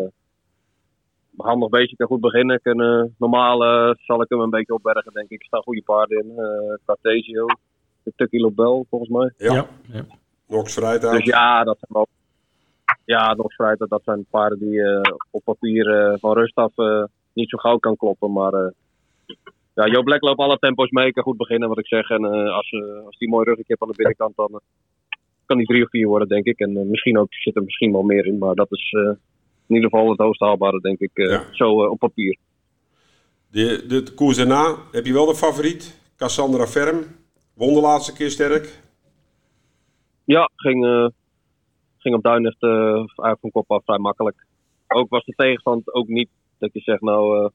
Speaker 3: Handig beestje, kan goed beginnen. Normaal zal ik hem een beetje opbergen, denk ik. Er staan goede paarden in. Cartesio, de Tucky Lobel, volgens mij.
Speaker 2: Ja. Nox Vrijdag.
Speaker 3: Dus ja, dat zijn wel... Ja, Nox Vrijdag, dat zijn paarden die op papier van rust af niet zo gauw kan kloppen. Maar Joe Black loopt alle tempo's mee. Kan goed beginnen, wat ik zeg. En als die mooi ruggetje heeft aan de binnenkant, dan kan die 3 of 4 worden, denk ik. En zit er misschien wel meer in. Maar dat is in ieder geval het hoogst haalbare, denk ik. Zo op papier.
Speaker 2: De koers daarna heb je wel de favoriet. Cassandra Ferm. Won de laatste keer sterk.
Speaker 3: Ja, ging op Duinlicht eigenlijk van kop af vrij makkelijk. Ook was de tegenstand ook niet dat je zegt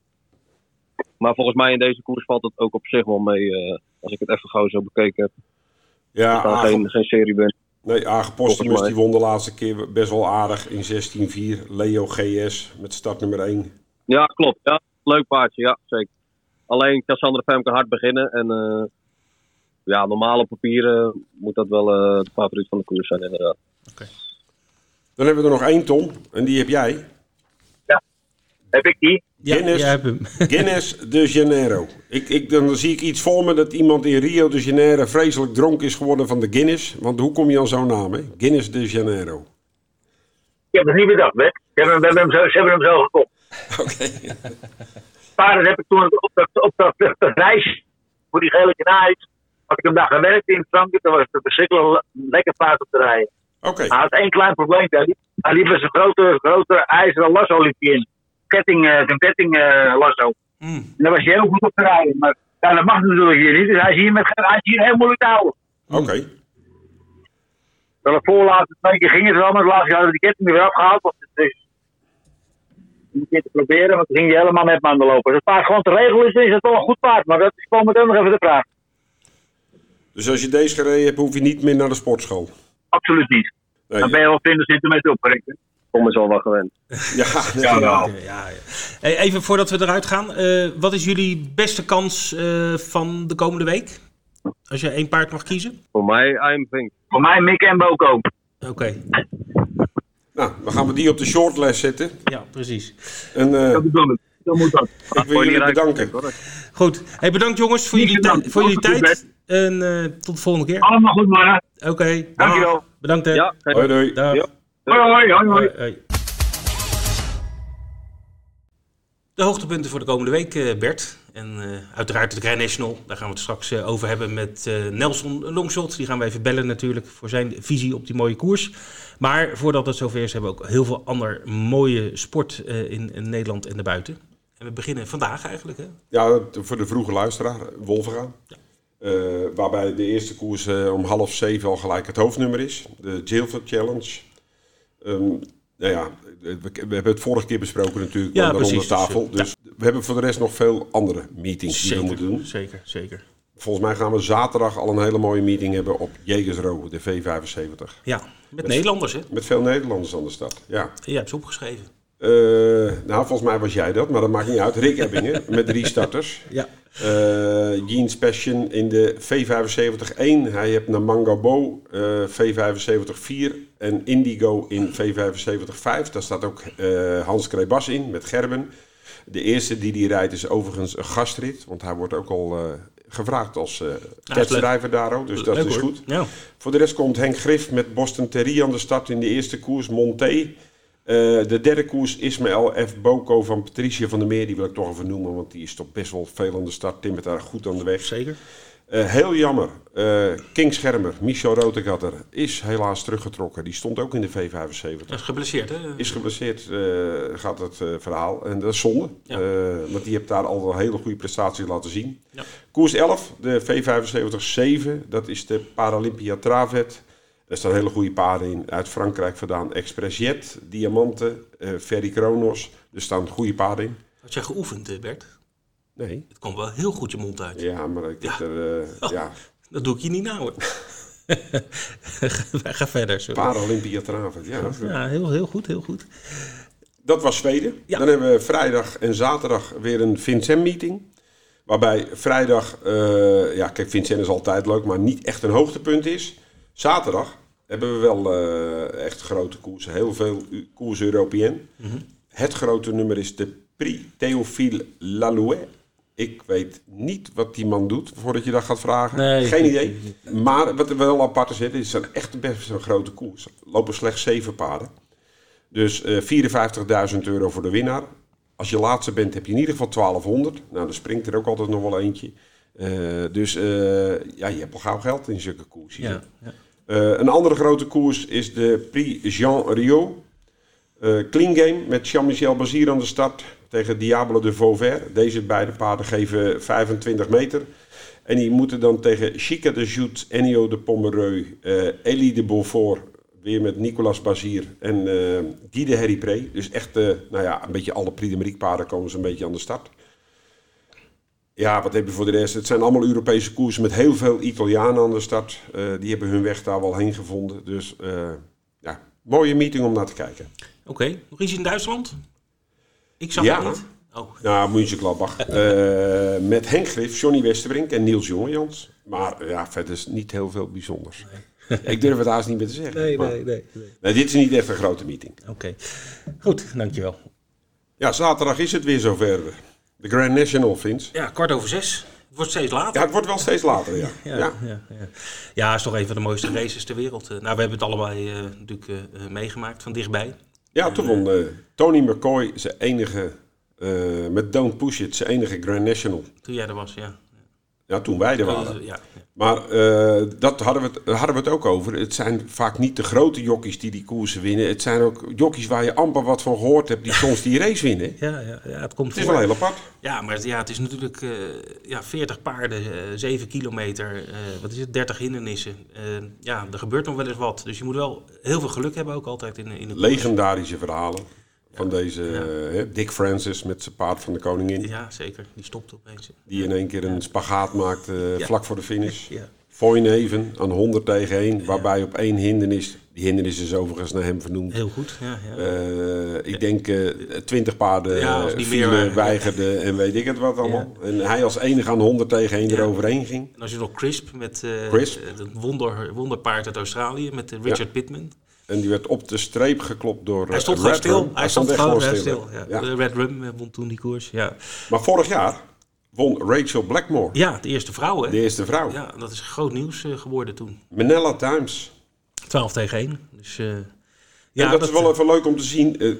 Speaker 3: maar volgens mij in deze koers valt het ook op zich wel mee. Als ik het even gauw zo bekeken heb.
Speaker 2: Ja,
Speaker 3: geen serie ben.
Speaker 2: Nee, Age Postumus die won de laatste keer best wel aardig in 16-4. Leo GS met start nummer 1.
Speaker 3: Ja, klopt. Ja, leuk paardje, ja, zeker. Alleen Cassandra Ferm kan hard beginnen. En normaal op papier moet dat wel de favoriet van de koers zijn, inderdaad.
Speaker 2: Okay. Dan hebben we er nog 1, Tom. En die heb jij.
Speaker 4: Ja, heb ik die?
Speaker 2: Guinness,
Speaker 1: jij hebt hem.
Speaker 2: Guinness de Janeiro. Dan zie ik iets voor me dat iemand in Rio de Janeiro vreselijk dronken is geworden van de Guinness. Want hoe kom je aan zo'n naam, hè? Guinness de Janeiro.
Speaker 4: Ik heb het niet bedacht, hè. Ze hebben hem zo gekocht.
Speaker 2: Oké.
Speaker 4: Paarden heb ik toen op dat reis voor die gele kanaries. Had ik een dag gewerkt in Frankrijk. Dan was het een verschrikkelijk lekker paard op te rijden.
Speaker 2: Oké.
Speaker 4: Hij had 1 klein probleem. Hij liep met zijn grote ijzeren lasso in. Zijn ketting lasso. En daar was hij heel goed op te rijden. Maar dat mag natuurlijk hier niet. Dus hij is hier heel moeilijk te houden.
Speaker 2: Oké.
Speaker 4: Wel de voorlaatste 2 keer ging het wel. Maar de laatste keer hadden we die ketting weer afgehaald. Want het is een keer te proberen. Want toen ging hij helemaal met me aan de lopen. Als het paard gewoon te regelen is, is het wel een goed paard. Maar dat is gewoon meteen nog even de vraag.
Speaker 2: Dus als je deze gereden hebt, hoef je niet meer naar de sportschool?
Speaker 4: Absoluut niet. Nee, dan ben je wel 20 centimeter opgerekt.
Speaker 3: Kom is al wel gewend.
Speaker 2: Ja.
Speaker 1: Hey, even voordat we eruit gaan. Wat is jullie beste kans van de komende week? Als je 1 paard mag kiezen.
Speaker 3: Voor mij I'm Vink.
Speaker 4: Voor mij Mick en Boko.
Speaker 1: Oké.
Speaker 2: Nou, dan gaan we die op de shortlist zetten.
Speaker 1: Ja, precies.
Speaker 2: En,
Speaker 4: dat bedoel ik. Zo moet dat.
Speaker 2: Ik wil jullie bedanken.
Speaker 1: Goed. Hey, bedankt jongens voor jullie tijd. En tot de volgende keer.
Speaker 4: Allemaal goed, mannen.
Speaker 1: Oké.
Speaker 4: Dankjewel.
Speaker 1: Bedankt hè.
Speaker 3: Ja,
Speaker 2: hoi.
Speaker 3: Ja.
Speaker 4: Hoi.
Speaker 1: De hoogtepunten voor de komende week, Bert. En uiteraard de Grand National. Daar gaan we het straks over hebben met Nelson Longshot. Die gaan we even bellen natuurlijk voor zijn visie op die mooie koers. Maar voordat het zover is, hebben we ook heel veel ander mooie sport in Nederland en daarbuiten. En we beginnen vandaag eigenlijk. Hè?
Speaker 2: Ja, voor de vroege luisteraar, Wolverga. Ja. Waarbij de eerste koers om 6:30 al gelijk het hoofdnummer is. De Jailford Challenge. We hebben het vorige keer besproken natuurlijk.
Speaker 1: Ja,
Speaker 2: rond
Speaker 1: precies.
Speaker 2: de tafel. Dus we hebben voor de rest nog veel andere meetings die we moeten doen.
Speaker 1: Zeker.
Speaker 2: Volgens mij gaan we zaterdag al een hele mooie meeting hebben op Jegersro, de V75.
Speaker 1: Ja, met Nederlanders hè?
Speaker 2: Met veel Nederlanders aan de stad, ja.
Speaker 1: Je hebt ze opgeschreven.
Speaker 2: Volgens mij was jij dat, maar dat maakt niet uit. Rick Ebbingen met 3 starters.
Speaker 1: Ja.
Speaker 2: Jeans Passion in de V75-1. Hij heeft Namangabo V75-4 en Indigo in V75-5. Daar staat ook Hans Krebas in met Gerben. De eerste die rijdt is overigens een gastrit, want hij wordt ook al gevraagd als testdrijver daar ook. Dus dat is goed. Ja. Voor de rest komt Henk Grif met Boston Terry aan de start in de eerste koers. Monté. De derde koers Ismaël F. Boko van Patricia van der Meer. Die wil ik toch even noemen, want die is toch best wel veel aan de start. Timmert daar goed aan de weg.
Speaker 1: Zeker.
Speaker 2: Heel jammer. King Schermer, Michel Rotegatter, is helaas teruggetrokken. Die stond ook in de V75.
Speaker 1: Is geblesseerd, hè?
Speaker 2: Is geblesseerd, gaat het verhaal. En dat is zonde. Ja. Want die heeft daar al een hele goede prestaties laten zien. Ja. Koers 11, de V75-7. Dat is de Paralympia Travet. Er staan hele goede paarden in. Uit Frankrijk vandaan. Express Jet, Diamanten, Ferry Kronos. Er staan goede paarden in.
Speaker 1: Had jij geoefend, Bert?
Speaker 2: Nee.
Speaker 1: Het komt wel heel goed je mond uit.
Speaker 2: Ja, maar ik heb ja.
Speaker 1: Dat doe ik je niet nou, hoor. Ga verder. Sorry.
Speaker 2: Paralympia Travet, ja.
Speaker 1: Ja, heel goed, heel goed.
Speaker 2: Dat was Zweden. Ja. Dan hebben we vrijdag en zaterdag weer een Vincent-meeting. Waarbij vrijdag, kijk, Vincent is altijd leuk, maar niet echt een hoogtepunt is. Zaterdag hebben we wel echt grote koersen. Heel veel koers Européen. Mm-hmm. Het grote nummer is de Prix Théophile Lalouet. Ik weet niet wat die man doet, voordat je dat gaat vragen. Nee, geen idee. Maar wat er wel apart is, is een echt best een grote koers. Er lopen slechts 7 paarden. Dus €54.000 voor de winnaar. Als je laatste bent, heb je in ieder geval 1200. Nou, dan springt er ook altijd nog wel eentje. Je hebt al gauw geld in zulke koersen. Ja, ja. Een andere grote koers is de Prix Jean Riot. Clean Game met Jean-Michel Bazir aan de start tegen Diable de Vauvert. Deze beide paarden geven 25 meter. En die moeten dan tegen Chica de Jout, Ennio de Pomereux, Elie de Beaufort, weer met Nicolas Bazir en Guy de Herripré. Dus echt, een beetje alle Prix de Marique paarden komen ze een beetje aan de start. Ja, wat heb je voor de rest? Het zijn allemaal Europese koersen met heel veel Italianen aan de start. Die hebben hun weg daar wel heen gevonden. Dus mooie meeting om naar te kijken.
Speaker 1: Oké. Nog iets in Duitsland? Ik zag het niet. Oh.
Speaker 2: Nou, Mönchengladbach. Met Henk Grif, Johnny Westerbrink en Niels Jongejans. Maar verder is niet heel veel bijzonders. Nee. Ik durf het haast niet meer te zeggen.
Speaker 1: Nee.
Speaker 2: Nee, dit is niet echt een grote meeting.
Speaker 1: Oké. Goed, dankjewel.
Speaker 2: Ja, zaterdag is het weer zover. De Grand National, Vince.
Speaker 1: Ja, 5:15. Het wordt steeds later.
Speaker 2: Ja, het wordt wel steeds later, ja.
Speaker 1: Ja, is toch een van de mooiste races ter wereld. We hebben het allebei natuurlijk meegemaakt van dichtbij.
Speaker 2: Ja, toen won Tony McCoy zijn enige, met Don't Push It, zijn enige Grand National.
Speaker 1: Toen jij er was, ja.
Speaker 2: Ja, toen wij er waren. Ja. Maar dat hadden we het ook over. Het zijn vaak niet de grote jockeys die koersen winnen. Het zijn ook jockeys waar je amper wat van gehoord hebt die soms die race winnen.
Speaker 1: Ja, het is
Speaker 2: wel heel apart.
Speaker 1: Ja, maar het is natuurlijk 40 paarden, 7 kilometer, 30 hindernissen. Er gebeurt nog wel eens wat. Dus je moet wel heel veel geluk hebben ook altijd in de
Speaker 2: legendarische verhalen. Van deze Dick Francis met zijn paard van de koningin.
Speaker 1: Ja, zeker. Die stopt opeens.
Speaker 2: Die in één keer een spagaat maakt vlak voor de finish. Ja. Foyneven aan 100 tegen 1. Waarbij op 1 hindernis. Die hindernis is overigens naar hem vernoemd.
Speaker 1: Heel goed, ja.
Speaker 2: Ik denk 20 paarden vielen, weigerden en weet ik het wat allemaal. Ja. En hij als enige aan 100 tegen 1 eroverheen ging.
Speaker 1: En als je nog Crisp met het wonderpaard uit Australië met Richard Pittman.
Speaker 2: En die werd op de streep geklopt door
Speaker 1: Hij stond gewoon stil. Hij stond gewoon stil. Ja. De Red Rum won toen die koers. Ja.
Speaker 2: Maar vorig jaar won Rachel Blackmore.
Speaker 1: Ja, de eerste vrouw. Hè?
Speaker 2: De eerste vrouw.
Speaker 1: Ja, dat is groot nieuws geworden toen.
Speaker 2: Manila Times.
Speaker 1: 12 tegen 1. Dus,
Speaker 2: dat is wel even leuk om te zien.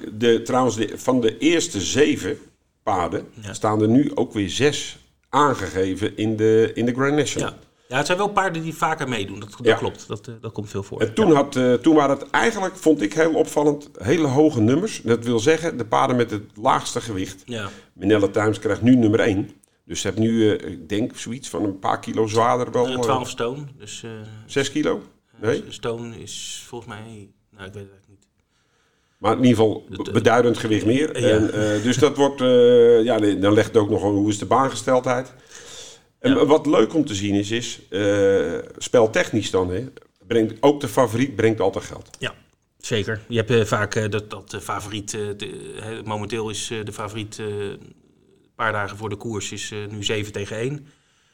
Speaker 2: Van de eerste 7 paarden staan er nu ook weer 6 aangegeven in de Grand National.
Speaker 1: Ja, het zijn wel paarden die vaker meedoen. Dat klopt. Dat komt veel voor.
Speaker 2: En toen waren het eigenlijk, vond ik heel opvallend, hele hoge nummers. Dat wil zeggen, de paarden met het laagste gewicht. Ja. Manila Times krijgt nu nummer 1. Dus ze heeft nu, ik denk, zoiets van een paar kilo zwaarder. Wel,
Speaker 1: 12 stone. Dus,
Speaker 2: 6 kilo? Nee?
Speaker 1: Stone is volgens mij, ik weet het eigenlijk niet.
Speaker 2: Maar in ieder geval beduidend gewicht meer. Ja. En, dus dat wordt, dan legt het ook nog hoe is de baangesteldheid. En wat leuk om te zien is speltechnisch dan, ook de favoriet brengt altijd geld.
Speaker 1: Ja, zeker. Je hebt vaak dat de favoriet, momenteel is de favoriet een paar dagen voor de koers is nu 7 tegen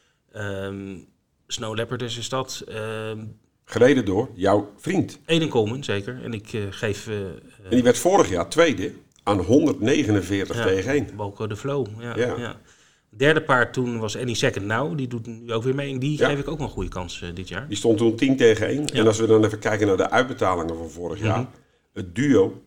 Speaker 1: 1. Snow Leopard is dat.
Speaker 2: Gereden door jouw vriend.
Speaker 1: Eden Coleman, zeker. En ik geef...
Speaker 2: en die werd vorig jaar tweede aan 149 tegen 1.
Speaker 1: Balco de Flow, ja. Derde paard toen was Any Second Now. Die doet nu ook weer mee. En die geef ik ook wel een goede kans dit jaar.
Speaker 2: Die stond toen 10-1. Ja. En als we dan even kijken naar de uitbetalingen van vorig jaar. Het duo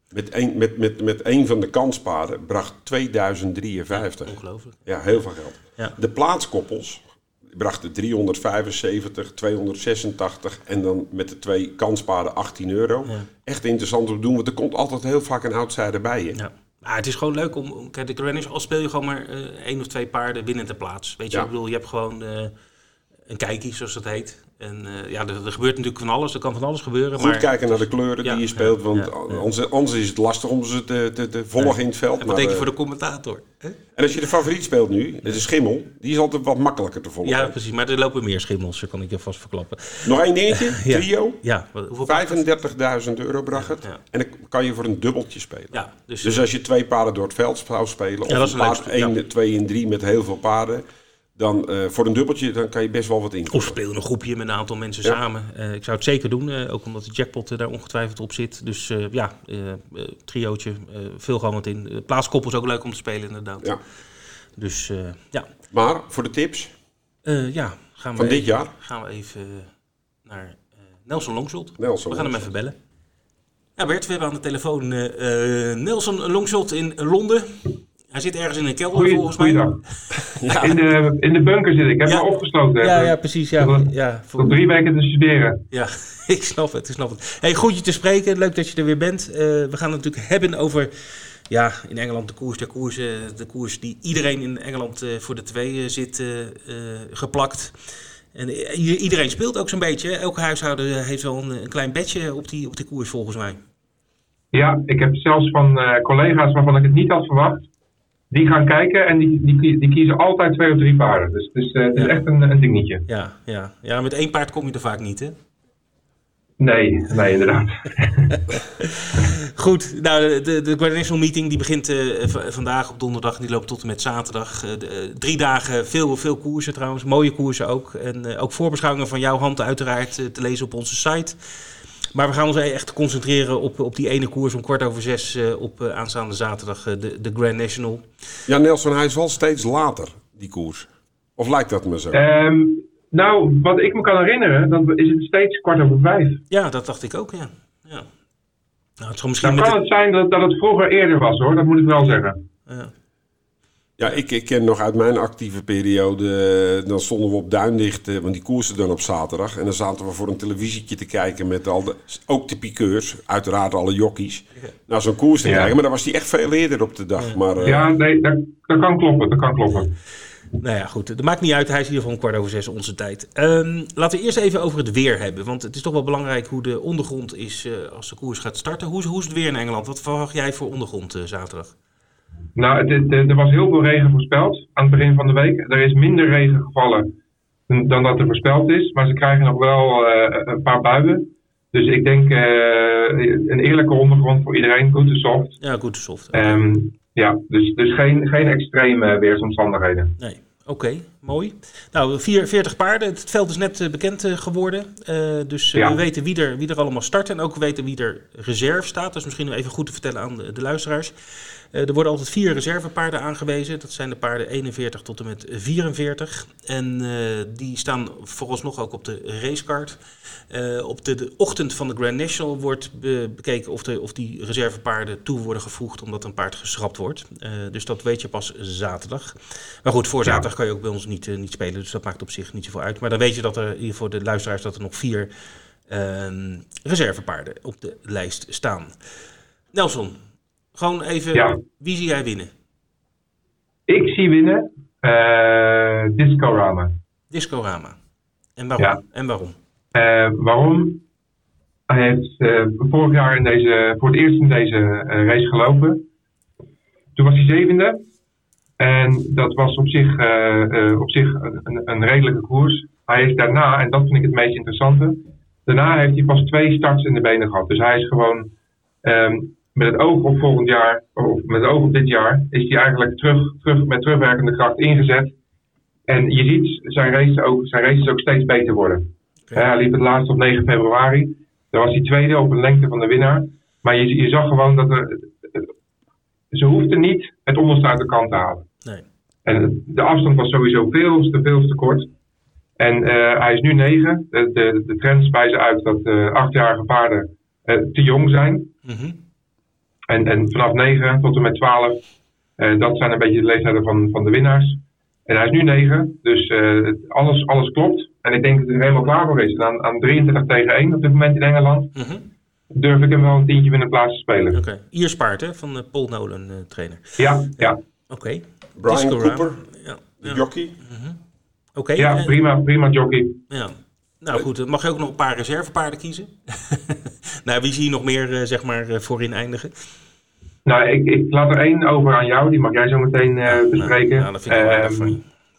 Speaker 2: met één van de kanspaarden bracht 2053.
Speaker 1: Ongelooflijk.
Speaker 2: Ja, heel veel geld. Ja. De plaatskoppels brachten 375, 286 en dan met de 2 kanspaarden €18. Ja. Echt interessant om te doen, want er komt altijd heel vaak een outsider bij je.
Speaker 1: Ja. Maar het is gewoon leuk om kijk, de Grand National, al speel je gewoon maar 1 of 2 paarden winnend ter plaats. Weet je, ik bedoel, je hebt gewoon een kijkie, zoals dat heet. En er gebeurt natuurlijk van alles, er kan van alles gebeuren.
Speaker 2: Goed kijken naar de kleuren die je speelt, want anders is het lastig om ze te volgen in het veld.
Speaker 1: En wat denk je voor de commentator? Hè?
Speaker 2: En als je de favoriet speelt nu, de schimmel, die is altijd wat makkelijker te volgen.
Speaker 1: Ja, precies, maar er lopen meer schimmels, dat kan ik je vast verklappen.
Speaker 2: Nog één dingetje, trio.
Speaker 1: Ja.
Speaker 2: €35.000 bracht het. Ja. En dan kan je voor een dubbeltje spelen. Ja, dus als je 2 paarden door het veld zou spelen, of een paard 1, 2 en 3 met heel veel paarden, dan voor een dubbeltje dan kan je best wel wat in.
Speaker 1: Of speel een groepje met een aantal mensen samen. Ik zou het zeker doen, ook omdat de jackpot daar ongetwijfeld op zit. Dus triootje, veel gewoon wat in. Plaatskoppel is ook leuk om te spelen inderdaad. Ja. Dus
Speaker 2: Maar voor de tips
Speaker 1: gaan
Speaker 2: we dit jaar
Speaker 1: gaan we even naar Nelson Longshot. We gaan hem even bellen. Ja Bert, we hebben aan de telefoon Nelson Longshot in Londen. Hij zit ergens in een kelder volgens mij.
Speaker 5: Ja. In de bunker zit ik. Ik heb me opgesloten.
Speaker 1: Ja, precies.
Speaker 5: Voor 3 weken te studeren.
Speaker 1: Ja, ik snap het. Hey, goed je te spreken. Leuk dat je er weer bent. We gaan het natuurlijk hebben over in Engeland de koers der koersen. De koers die iedereen in Engeland voor de 2 zit geplakt. En iedereen speelt ook zo'n beetje. Elke huishouden heeft wel een klein bedje op die koers volgens mij.
Speaker 5: Ja, ik heb zelfs van collega's waarvan ik het niet had verwacht. Die gaan kijken en die kiezen altijd 2 of 3 paarden. Dus het is echt een dingetje.
Speaker 1: Ja, met 1 paard kom je er vaak niet, hè?
Speaker 5: Nee, inderdaad.
Speaker 1: Goed, nou de Grand National Meeting die begint vandaag op donderdag en die loopt tot en met zaterdag. 3 dagen, veel koersen trouwens, mooie koersen ook. En ook voorbeschouwingen van jouw hand uiteraard te lezen op onze site. Maar we gaan ons echt concentreren op die ene koers om 5:15 op aanstaande zaterdag, de Grand National.
Speaker 2: Ja, Nelson, hij is wel steeds later, die koers. Of lijkt dat me zo?
Speaker 5: Nou, wat ik me kan herinneren, dan is het steeds 5:15.
Speaker 1: Ja, dat dacht ik ook, ja. Nou, het
Speaker 5: misschien kan het zijn dat het vroeger eerder was, hoor. Dat moet ik wel zeggen.
Speaker 2: Ja, ik ken nog uit mijn actieve periode, dan stonden we op Duindicht, want die koersen dan op zaterdag. En dan zaten we voor een televisietje te kijken met ook de piqueurs, uiteraard alle jockeys. Nou, zo'n koers te kijken, maar dan was die echt veel eerder op de dag. Maar,
Speaker 5: dat kan kloppen,
Speaker 1: Nou ja, goed. Dat maakt niet uit. Hij is in ieder geval 5:15 onze tijd. Laten we eerst even over het weer hebben. Want het is toch wel belangrijk hoe de ondergrond is als de koers gaat starten. Hoe is het weer in Engeland? Wat verwacht jij voor ondergrond zaterdag?
Speaker 5: Nou, er was heel veel regen voorspeld aan het begin van de week. Er is minder regen gevallen dan dat er voorspeld is. Maar ze krijgen nog wel een paar buien. Dus ik denk een eerlijke ondergrond voor iedereen. Good to soft.
Speaker 1: Ja, good to soft.
Speaker 5: Dus geen extreme weersomstandigheden.
Speaker 1: Nee. Oké, mooi. Nou, 40 paarden. Het veld is net bekend geworden. Dus we weten wie er allemaal start. En ook weten wie er reserve staat. Dat is misschien even goed te vertellen aan de luisteraars. Er worden altijd 4 reservepaarden aangewezen. Dat zijn de paarden 41 tot en met 44. En die staan vooralsnog ook op de racecard. Op de ochtend van de Grand National wordt bekeken of die reservepaarden toe worden gevoegd omdat een paard geschrapt wordt. Dus dat weet je pas zaterdag. Maar goed, voor zaterdag kan je ook bij ons niet spelen. Dus dat maakt op zich niet zoveel uit. Maar dan weet je dat er hier voor de luisteraars dat er nog 4 reservepaarden op de lijst staan. Nelson, gewoon even, wie zie jij winnen?
Speaker 5: Ik zie winnen Discorama.
Speaker 1: Discorama. En waarom? Ja. En waarom?
Speaker 5: Waarom? Hij heeft vorig jaar voor het eerst in deze race gelopen. Toen was hij 7e. En dat was op zich een redelijke koers. Hij is daarna, en dat vind ik het meest interessante, daarna heeft hij pas 2 starts in de benen gehad. Dus hij is gewoon met het oog op volgend jaar, of met het oog op dit jaar, is hij eigenlijk terug met terugwerkende kracht ingezet. En je ziet zijn races ook steeds beter worden. Okay. Hij liep het laatst op 9 februari. Daar was hij 2e op een lengte van de winnaar. Maar je zag gewoon dat ze hoefden niet het onderste uit de kant te halen.
Speaker 1: Nee.
Speaker 5: En de afstand was sowieso veel te kort. En hij is nu 9. De trends wijzen uit dat 8-jarige paarden te jong zijn. Mm-hmm. En vanaf 9 tot en met 12, dat zijn een beetje de leeftijden van de winnaars. En hij is nu 9, dus alles klopt. En ik denk dat hij er helemaal klaar voor is. En aan 23 tegen 1 op dit moment in Engeland durf ik hem wel een tientje binnen plaats te spelen.
Speaker 1: Oké. Ierspaard, hè, van Paul Nolan, trainer.
Speaker 5: Ja.
Speaker 1: Oké.
Speaker 2: Brian Cooper, de jockey.
Speaker 1: Mm-hmm. Oké.
Speaker 5: Ja, prima jockey.
Speaker 1: Ja. Nou goed, dan mag je ook nog een paar reservepaarden kiezen. Nou, wie zie je nog meer, voorin eindigen?
Speaker 5: Nou, ik laat er 1 over aan jou. Die mag jij zo meteen bespreken.
Speaker 1: Nou, dat vind ik wel erg van je.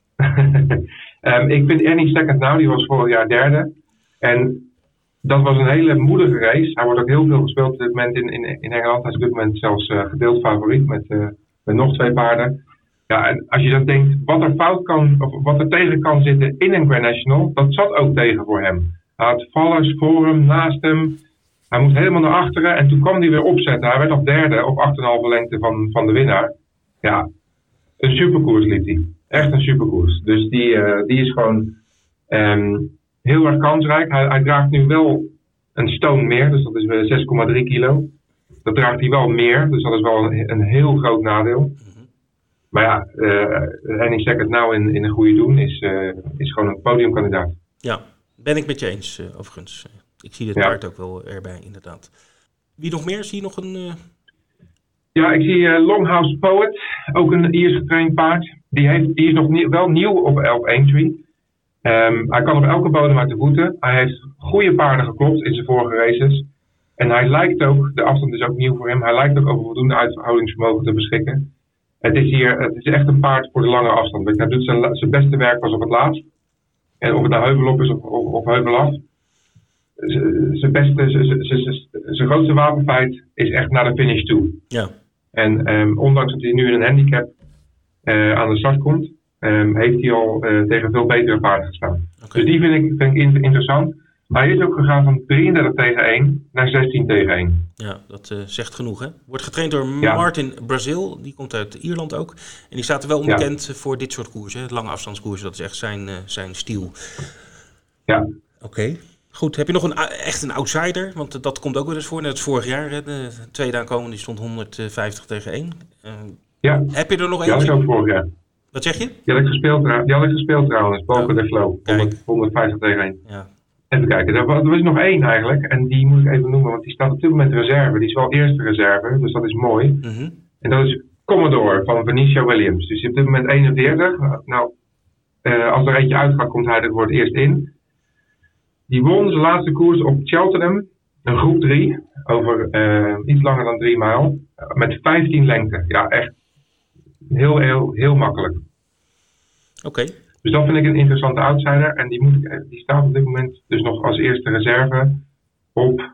Speaker 5: Ik vind Any Second Now, die was vorig jaar 3e. En dat was een hele moedige race. Hij wordt ook heel veel gespeeld op dit moment in Engeland. Hij is op dit moment zelfs gedeeld favoriet met nog 2 paarden. Ja, en als je dan denkt, wat er fout kan, of wat er tegen kan zitten in een Grand National, dat zat ook tegen voor hem. Hij had vallers voor hem, naast hem. Hij moest helemaal naar achteren en toen kwam hij weer opzetten. Hij werd nog 3e op 8,5 lengte van de winnaar. Ja, een superkoers liep hij. Echt een superkoers. Dus die is gewoon heel erg kansrijk. Hij draagt nu wel een stone meer, dus dat is 6,3 kilo. Dat draagt hij wel meer, dus dat is wel een heel groot nadeel. Maar ja, Any Second Now in een goede doen is gewoon een podiumkandidaat.
Speaker 1: Ja, ben ik met je eens overigens. Ik zie dit paard ook wel erbij, inderdaad. Wie nog meer? Zie je nog een...
Speaker 5: Ja, ik zie Longhouse Poet, ook een Iers getraind paard. Die is nog wel nieuw op Aintree. Hij kan op elke bodem uit de voeten. Hij heeft goede paarden geklopt in zijn vorige races. En hij lijkt ook, de afstand is ook nieuw voor hem, hij lijkt ook over voldoende uithoudingsvermogen te beschikken. Het is echt een paard voor de lange afstand. Hij doet zijn beste werk pas op het laatst. En of het nou heuvelop is of heuvelaf. Zijn grootste wapenfeit is echt naar de finish toe. Ja. En ondanks dat hij nu in een handicap aan de start komt, heeft hij al tegen veel betere paarden gestaan. Okay. Dus die vind ik interessant. Hij is ook gegaan van 33 tegen 1 naar 16 tegen 1.
Speaker 1: Ja, dat zegt genoeg, hè? Wordt getraind door Martin Brazil, die komt uit Ierland ook. En die staat er wel onbekend voor dit soort koersen, hè? Lange afstandskoersen, dat is echt zijn stiel.
Speaker 5: Ja.
Speaker 1: Oké. Goed, heb je nog echt een outsider? Want dat komt ook wel eens voor, net als vorig jaar. Hè? De tweede aankomen, die stond 150 tegen 1. Heb je er nog eentje?
Speaker 5: Ja, dat is ook vorig jaar.
Speaker 1: Wat zeg je?
Speaker 5: Die had ik gespeeld trouwens, Balken de Flow, 150 tegen 1.
Speaker 1: Ja.
Speaker 5: Even kijken, er is nog 1 eigenlijk. En die moet ik even noemen, want die staat op dit moment reserve. Die is wel eerste reserve, dus dat is mooi. Mm-hmm. En dat is Commodore van Venetia Williams. Dus die is op dit moment 41. Nou, als er eentje uitgaat, komt hij er voor het eerst in. Die won zijn laatste koers op Cheltenham, een groep 3, over iets langer dan 3 mijl, met 15 lengte. Ja, echt heel makkelijk.
Speaker 1: Oké.
Speaker 5: Dus dat vind ik een interessante outsider. En die staat op dit moment dus nog als eerste reserve op...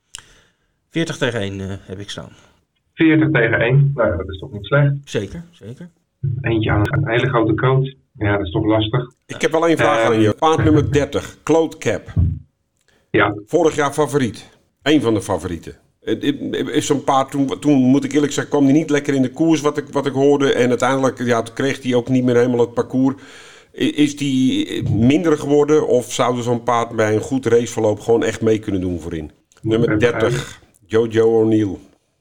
Speaker 1: 40 tegen 1 heb ik staan.
Speaker 5: 40 tegen 1, nou dat is toch niet slecht.
Speaker 1: Zeker.
Speaker 5: Eentje aan een hele grote coat. Ja, dat is toch lastig.
Speaker 2: Ik heb wel 1 vraag aan je. Paard nummer 30, Claude Cap.
Speaker 5: Ja.
Speaker 2: Vorig jaar favoriet. 1 van de favorieten. Is zo'n paard, toen moet ik eerlijk zeggen, kwam hij niet lekker in de koers wat ik hoorde. En uiteindelijk toen kreeg hij ook niet meer helemaal het parcours. Is die minder geworden of zou zo'n paard bij een goed raceverloop gewoon echt mee kunnen doen voorin? Nummer 30, Jojo O'Neill.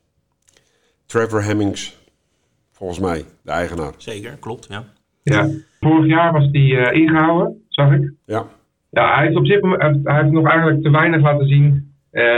Speaker 2: Trevor Hemmings, volgens mij, de eigenaar.
Speaker 1: Zeker, klopt, ja.
Speaker 5: Ja, vorig jaar was die ingehouden, zag ik.
Speaker 2: Ja.
Speaker 5: Ja, hij heeft nog eigenlijk te weinig laten zien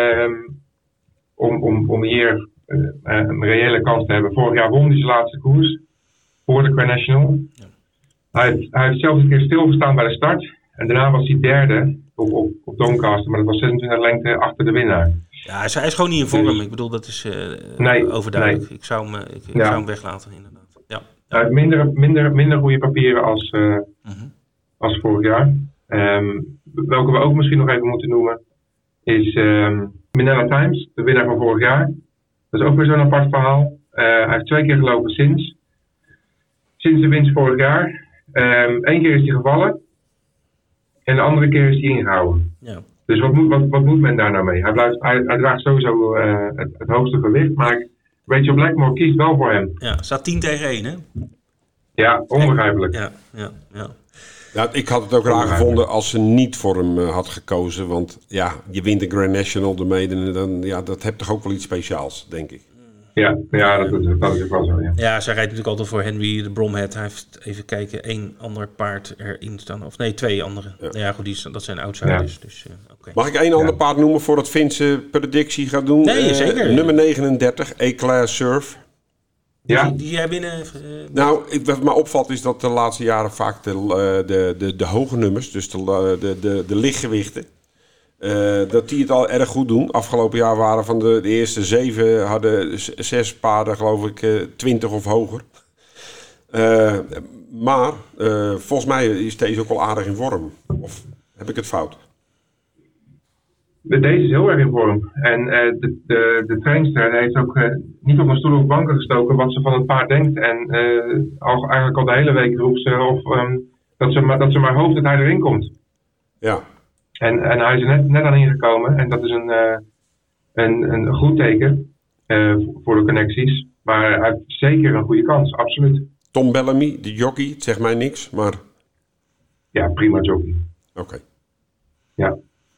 Speaker 5: om hier een reële kans te hebben. Vorig jaar won hij zijn laatste koers voor de Grand National. Ja. Hij heeft zelfs een keer stilgestaan bij de start. En daarna was hij 3e op Doncaster. Maar dat was 26 lengte achter de winnaar.
Speaker 1: Ja, hij is gewoon niet in vorm. Ik bedoel, dat is overduidelijk. Nee. Ik zou hem weglaten, inderdaad. Ja.
Speaker 5: Hij heeft minder goede papieren als vorig jaar. Welke we ook misschien nog even moeten noemen is Minella Times, de winnaar van vorig jaar. Dat is ook weer zo'n apart verhaal. Hij heeft 2 keer gelopen sinds de winst vorig jaar. 1 keer is hij gevallen en de andere keer is hij ingehouden. Ja. Dus wat moet men daar nou mee? Hij draagt sowieso het hoogste gewicht, maar Rachel Blackmore kiest wel voor hem.
Speaker 1: Ja, staat 10 tegen 1, hè?
Speaker 5: Ja, onbegrijpelijk.
Speaker 2: Ja, ik had het ook raar gevonden als ze niet voor hem had gekozen. Want ja, je wint de Grand National, de Maiden. Dan, dat heeft toch ook wel iets speciaals, denk ik.
Speaker 5: Ja, dat is ook wel zo, ja.
Speaker 1: Ja, zij rijdt natuurlijk altijd voor Henry de Bromhead. Hij heeft, even kijken, 1 ander paard erin staan. Of nee, 2 andere. Ja, goed, dat zijn outsiders. Ja. Dus, okay.
Speaker 2: Mag ik 1 ander paard noemen voordat Vince predictie gaat doen?
Speaker 1: Nee, zeker.
Speaker 2: Nummer 39, Eclair Surf.
Speaker 5: Ja.
Speaker 1: Die jij binnen...
Speaker 2: wat mij opvalt is dat de laatste jaren vaak de hoge nummers, dus de lichtgewichten, dat die het al erg goed doen. Afgelopen jaar waren van de eerste 7 hadden 6 paarden, geloof ik, 20 of hoger. Maar volgens mij is deze ook wel aardig in vorm. Of heb ik het fout?
Speaker 5: Deze is heel erg in vorm. En de trainster heeft ook niet op een stoel of banken gestoken wat ze van het paard denkt. En eigenlijk al de hele week roept ze dat ze maar hoopt dat hij erin komt.
Speaker 2: Ja.
Speaker 5: En hij is er net aan ingekomen. En dat is een goed teken voor de connecties. Maar hij heeft zeker een goede kans, absoluut.
Speaker 2: Tom Bellamy, de jockey, het zegt mij niks, maar...
Speaker 5: Ja, prima jockey.
Speaker 2: Oké.
Speaker 5: Ja.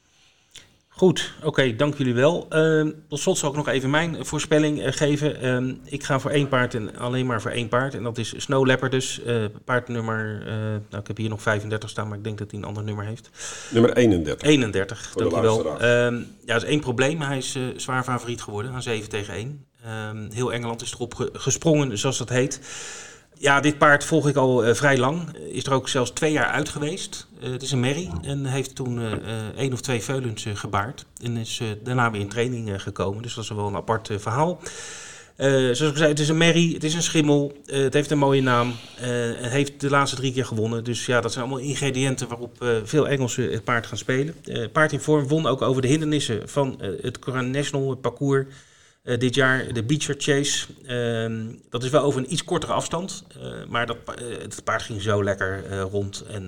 Speaker 1: Goed, oké, dank jullie wel. Tot slot zal ik nog even mijn voorspelling geven. Ik ga voor 1 paard en alleen maar voor 1 paard. En dat is Snow Leopard dus. Paardnummer, ik heb hier nog 35 staan, maar ik denk dat hij een ander nummer heeft.
Speaker 2: Nummer 31.
Speaker 1: 31, dankjewel. Er is 1 probleem. Hij is zwaar favoriet geworden aan 7-1. Heel Engeland is erop gesprongen, zoals dat heet. Ja, dit paard volg ik al vrij lang. Is er ook zelfs 2 jaar uit geweest. Het is een merrie en heeft toen 1 of 2 veulens gebaard. En is daarna weer in training gekomen. Dus dat is wel een apart verhaal. Zoals ik zei, het is een merrie, het is een schimmel. Het heeft een mooie naam. Het heeft de laatste 3 keer gewonnen. Dus ja, dat zijn allemaal ingrediënten waarop veel Engelsen het paard gaan spelen. Paard in vorm won ook over de hindernissen van het Grand National parcours. Dit jaar de Beecher Chase. Dat is wel over een iets kortere afstand. Maar het paard ging zo lekker rond. En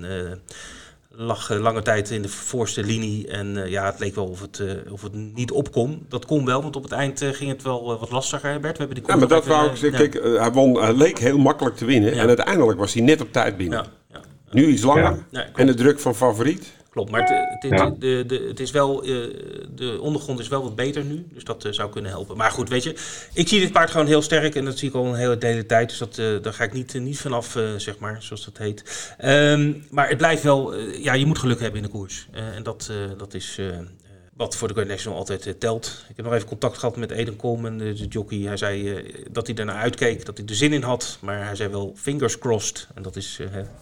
Speaker 1: lag lange tijd in de voorste linie. En het leek wel of het niet op kon. Dat kon wel, want op het eind ging het wel wat lastiger, Bert. We hebben die
Speaker 2: maar dat wou ik zeggen. Kijk, hij leek heel makkelijk te winnen. Ja. En uiteindelijk was hij net op tijd binnen. Ja. Nu iets langer. Ja. En de druk van favoriet.
Speaker 1: Klopt, maar het is wel, de ondergrond is wel wat beter nu, dus dat zou kunnen helpen. Maar goed, weet je, ik zie dit paard gewoon heel sterk en dat zie ik al een hele tijd, dus daar ga ik niet vanaf, zeg maar, zoals dat heet. Maar het blijft wel, je moet geluk hebben in de koers. En dat is wat voor de Grand National altijd telt. Ik heb nog even contact gehad met Eden Coleman, de jockey. Hij zei dat hij ernaar uitkeek, dat hij er zin in had, maar hij zei wel fingers crossed. En dat is...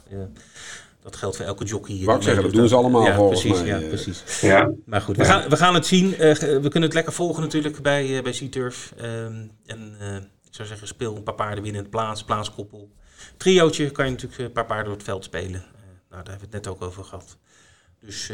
Speaker 1: dat geldt voor elke jockey.
Speaker 2: Wou ik zeggen, dat doen ze allemaal volgens mij.
Speaker 1: Ja, precies. Ja. Maar goed, we gaan het zien. We kunnen het lekker volgen natuurlijk bij C-Turf. Ik zou zeggen, speel een paar paarden winnen plaatskoppel. Triootje kan je natuurlijk een paar paarden door het veld spelen. Daar hebben we het net ook over gehad. Dus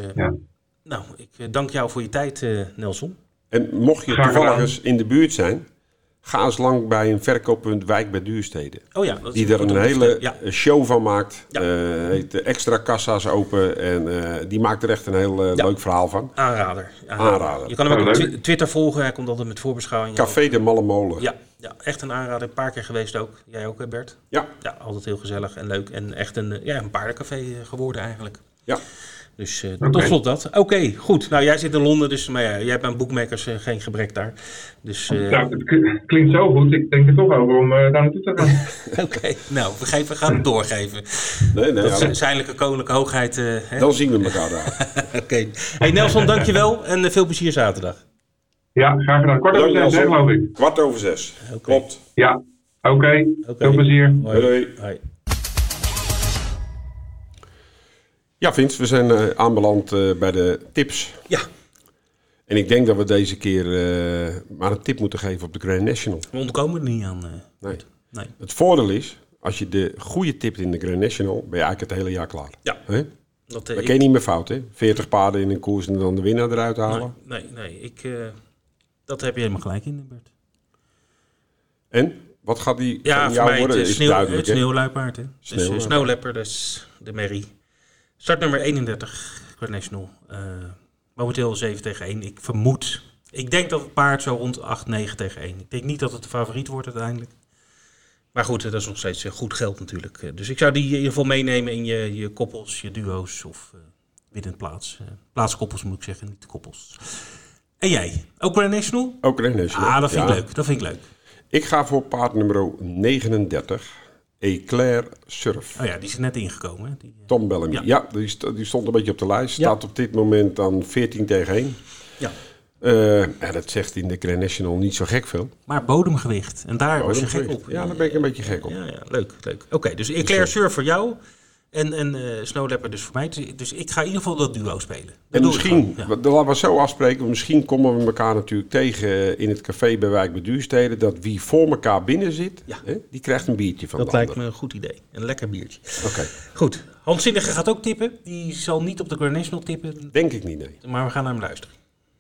Speaker 1: ik dank jou voor je tijd, Nelson.
Speaker 2: En mocht je toevallig eens in de buurt zijn... Ga eens lang bij een verkooppunt Wijk bij Duurstede.
Speaker 1: Oh ja,
Speaker 2: die er een hele show van maakt. Ja. Heeft extra kassa's open. En die maakt er echt een heel leuk verhaal van.
Speaker 1: Aanrader. Je kan hem ook op Twitter volgen. Hij komt altijd met voorbeschouwing.
Speaker 2: Café de Malle Molen.
Speaker 1: Ja, echt een aanrader. Een paar keer geweest ook. Jij ook, Bert?
Speaker 2: Ja.
Speaker 1: Ja, altijd heel gezellig en leuk. En echt een paardencafé geworden eigenlijk.
Speaker 2: Ja.
Speaker 1: Dus tot slot dat. Oké, goed. Nou, jij zit in Londen, dus maar jij hebt aan bookmakers geen gebrek daar. Dus,
Speaker 5: het klinkt zo goed. Ik denk er toch over om daar naartoe te gaan.
Speaker 1: Oké, nou, we gaan het doorgeven.
Speaker 2: Nee,
Speaker 1: dat is zijnlijke koninklijke hoogheid.
Speaker 2: Dan zien we elkaar daar.
Speaker 1: Oké. Hey Nelson, dankjewel en veel plezier zaterdag.
Speaker 5: Ja, graag gedaan. 6:15, geloof ik.
Speaker 2: 5:15. Okay. Klopt.
Speaker 5: Ja, oké. Veel plezier.
Speaker 2: Hoi. Ja, Vince, we zijn aanbeland bij de tips.
Speaker 1: Ja.
Speaker 2: En ik denk dat we deze keer maar een tip moeten geven op de Grand National.
Speaker 1: We ontkomen er niet aan.
Speaker 2: Nee. Het voordeel is, als je de goede tipt in de Grand National, ben je eigenlijk het hele jaar klaar.
Speaker 1: Ja.
Speaker 2: Dat kan je niet meer fout, hè? 40 paarden in een koers en dan de winnaar eruit halen.
Speaker 1: Nee. Dat heb je helemaal gelijk in, Bert.
Speaker 2: En? Wat gaat die
Speaker 1: van jou worden? Het sneeuwluipaard, hè? Snow Leopard, dat is de merrie. Startnummer 31, Grand National. Momenteel 7-1. Ik denk dat het paard zo rond 8-9-1. Ik denk niet dat het de favoriet wordt uiteindelijk. Maar goed, dat is nog steeds goed geld natuurlijk. Dus ik zou die in ieder geval meenemen in je koppels, je duo's of winnend plaatskoppels moet ik zeggen, niet de koppels. En jij? Ook Grand National?
Speaker 2: Ook Grand National.
Speaker 1: Ah, dat vind ik leuk. Ik
Speaker 2: ga voor paard nummer 39. Eclair Surf.
Speaker 1: Oh ja, die is net ingekomen. Hè?
Speaker 2: Tom Bellamy. Ja, die stond een beetje op de lijst. Staat op dit moment dan 14-1.
Speaker 1: Ja.
Speaker 2: Dat zegt in de Grand National niet zo gek veel.
Speaker 1: Maar bodemgewicht. En daar was je gek op.
Speaker 2: Ja, daar ben ik een beetje gek op.
Speaker 1: Ja, leuk. Oké, dus Eclair Surf voor jou. En Snow Leopard dus voor mij. Dus ik ga in ieder geval dat duo spelen.
Speaker 2: En misschien, laten we zo afspreken, misschien komen we elkaar natuurlijk tegen in het café bij Wijk bij Duurstede. Dat wie voor elkaar binnen zit, die krijgt een biertje van
Speaker 1: dat lijkt me een goed idee. Een lekker biertje.
Speaker 2: Oké.
Speaker 1: Goed. Hans Zinnige gaat ook tippen. Die zal niet op de Grand National tippen.
Speaker 2: Denk ik niet, nee.
Speaker 1: Maar we gaan naar hem luisteren.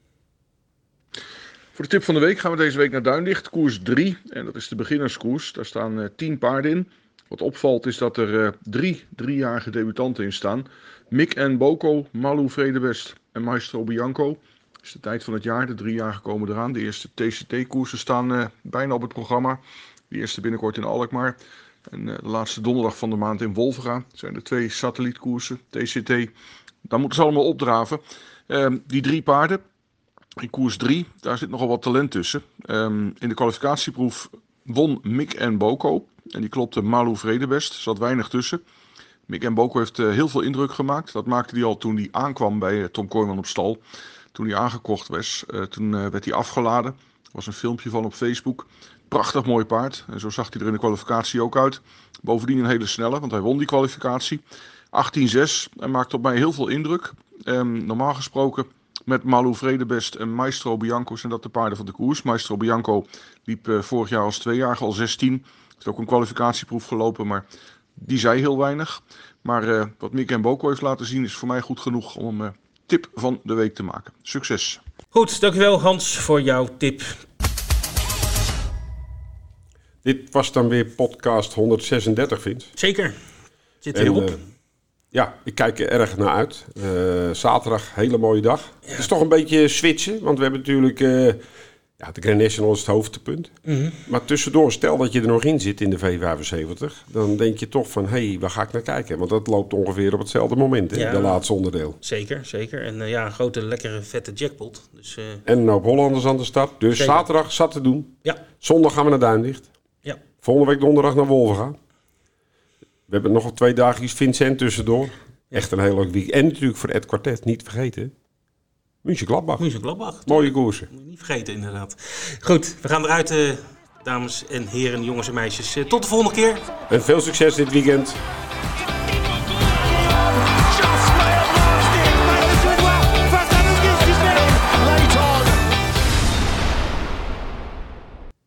Speaker 6: Voor de tip van de week gaan we deze week naar Duinlicht, koers 3. En dat is de beginnerskoers. Daar staan 10 paarden in. Wat opvalt is dat er 3 driejarige debutanten in staan. Mick en Boko, Malou Vredebest en Maestro Bianco. Het is de tijd van het jaar, de 3 jaar komen eraan. De eerste TCT-koersen staan bijna op het programma. De eerste binnenkort in Alkmaar. En de laatste donderdag van de maand in Wolvega zijn er 2 satellietkoersen, TCT. Daar moeten ze allemaal opdraven. Die 3 paarden, in koers 3, daar zit nogal wat talent tussen. In de kwalificatieproef won Mick en Boko. En die klopte Malou Vredebest, er zat weinig tussen. Mick en Boko heeft heel veel indruk gemaakt. Dat maakte hij al toen hij aankwam bij Tom Kooijman op stal. Toen hij aangekocht was, toen werd hij afgeladen. Er was een filmpje van op Facebook. Prachtig mooi paard. En zo zag hij er in de kwalificatie ook uit. Bovendien een hele snelle, want hij won die kwalificatie. 18-6 en maakte op mij heel veel indruk. Normaal gesproken met Malou Vredebest en Maestro Bianco zijn dat de paarden van de koers. Maestro Bianco liep vorig jaar als 2-jarige al 16. Heeft ook een kwalificatieproef gelopen, maar die zei heel weinig. Maar wat Mick en Boko heeft laten zien is voor mij goed genoeg om een tip van de week te maken. Succes!
Speaker 1: Goed, dankjewel Hans voor jouw tip.
Speaker 2: Dit was dan weer podcast 136, Vince.
Speaker 1: Zeker. Zit er op.
Speaker 2: Ja, ik kijk er erg naar uit. Zaterdag, hele mooie dag. Ja. Het is toch een beetje switchen, want we hebben natuurlijk... de Grand National is het hoofdpunt. Mm-hmm. Maar tussendoor, stel dat je er nog in zit in de V75... dan denk je toch van, waar ga ik naar kijken? Want dat loopt ongeveer op hetzelfde moment, de laatste onderdeel.
Speaker 1: Zeker. En een grote, lekkere, vette jackpot. Dus,
Speaker 2: En een hoop Hollanders aan de start. Dus zeker. Zaterdag zat te doen.
Speaker 1: Ja.
Speaker 2: Zondag gaan we naar Duinlicht.
Speaker 1: Ja.
Speaker 2: Volgende week donderdag naar Wolvega. We hebben nog 2 dagjes Vincent tussendoor. Ja. Echt een heel leuk week. En natuurlijk voor Ed Quartet, niet vergeten... München-Gladbach. Mooie koersen.
Speaker 1: Moet je niet vergeten, inderdaad. Goed, we gaan eruit, dames en heren, jongens en meisjes. Tot de volgende keer.
Speaker 2: En veel succes dit weekend.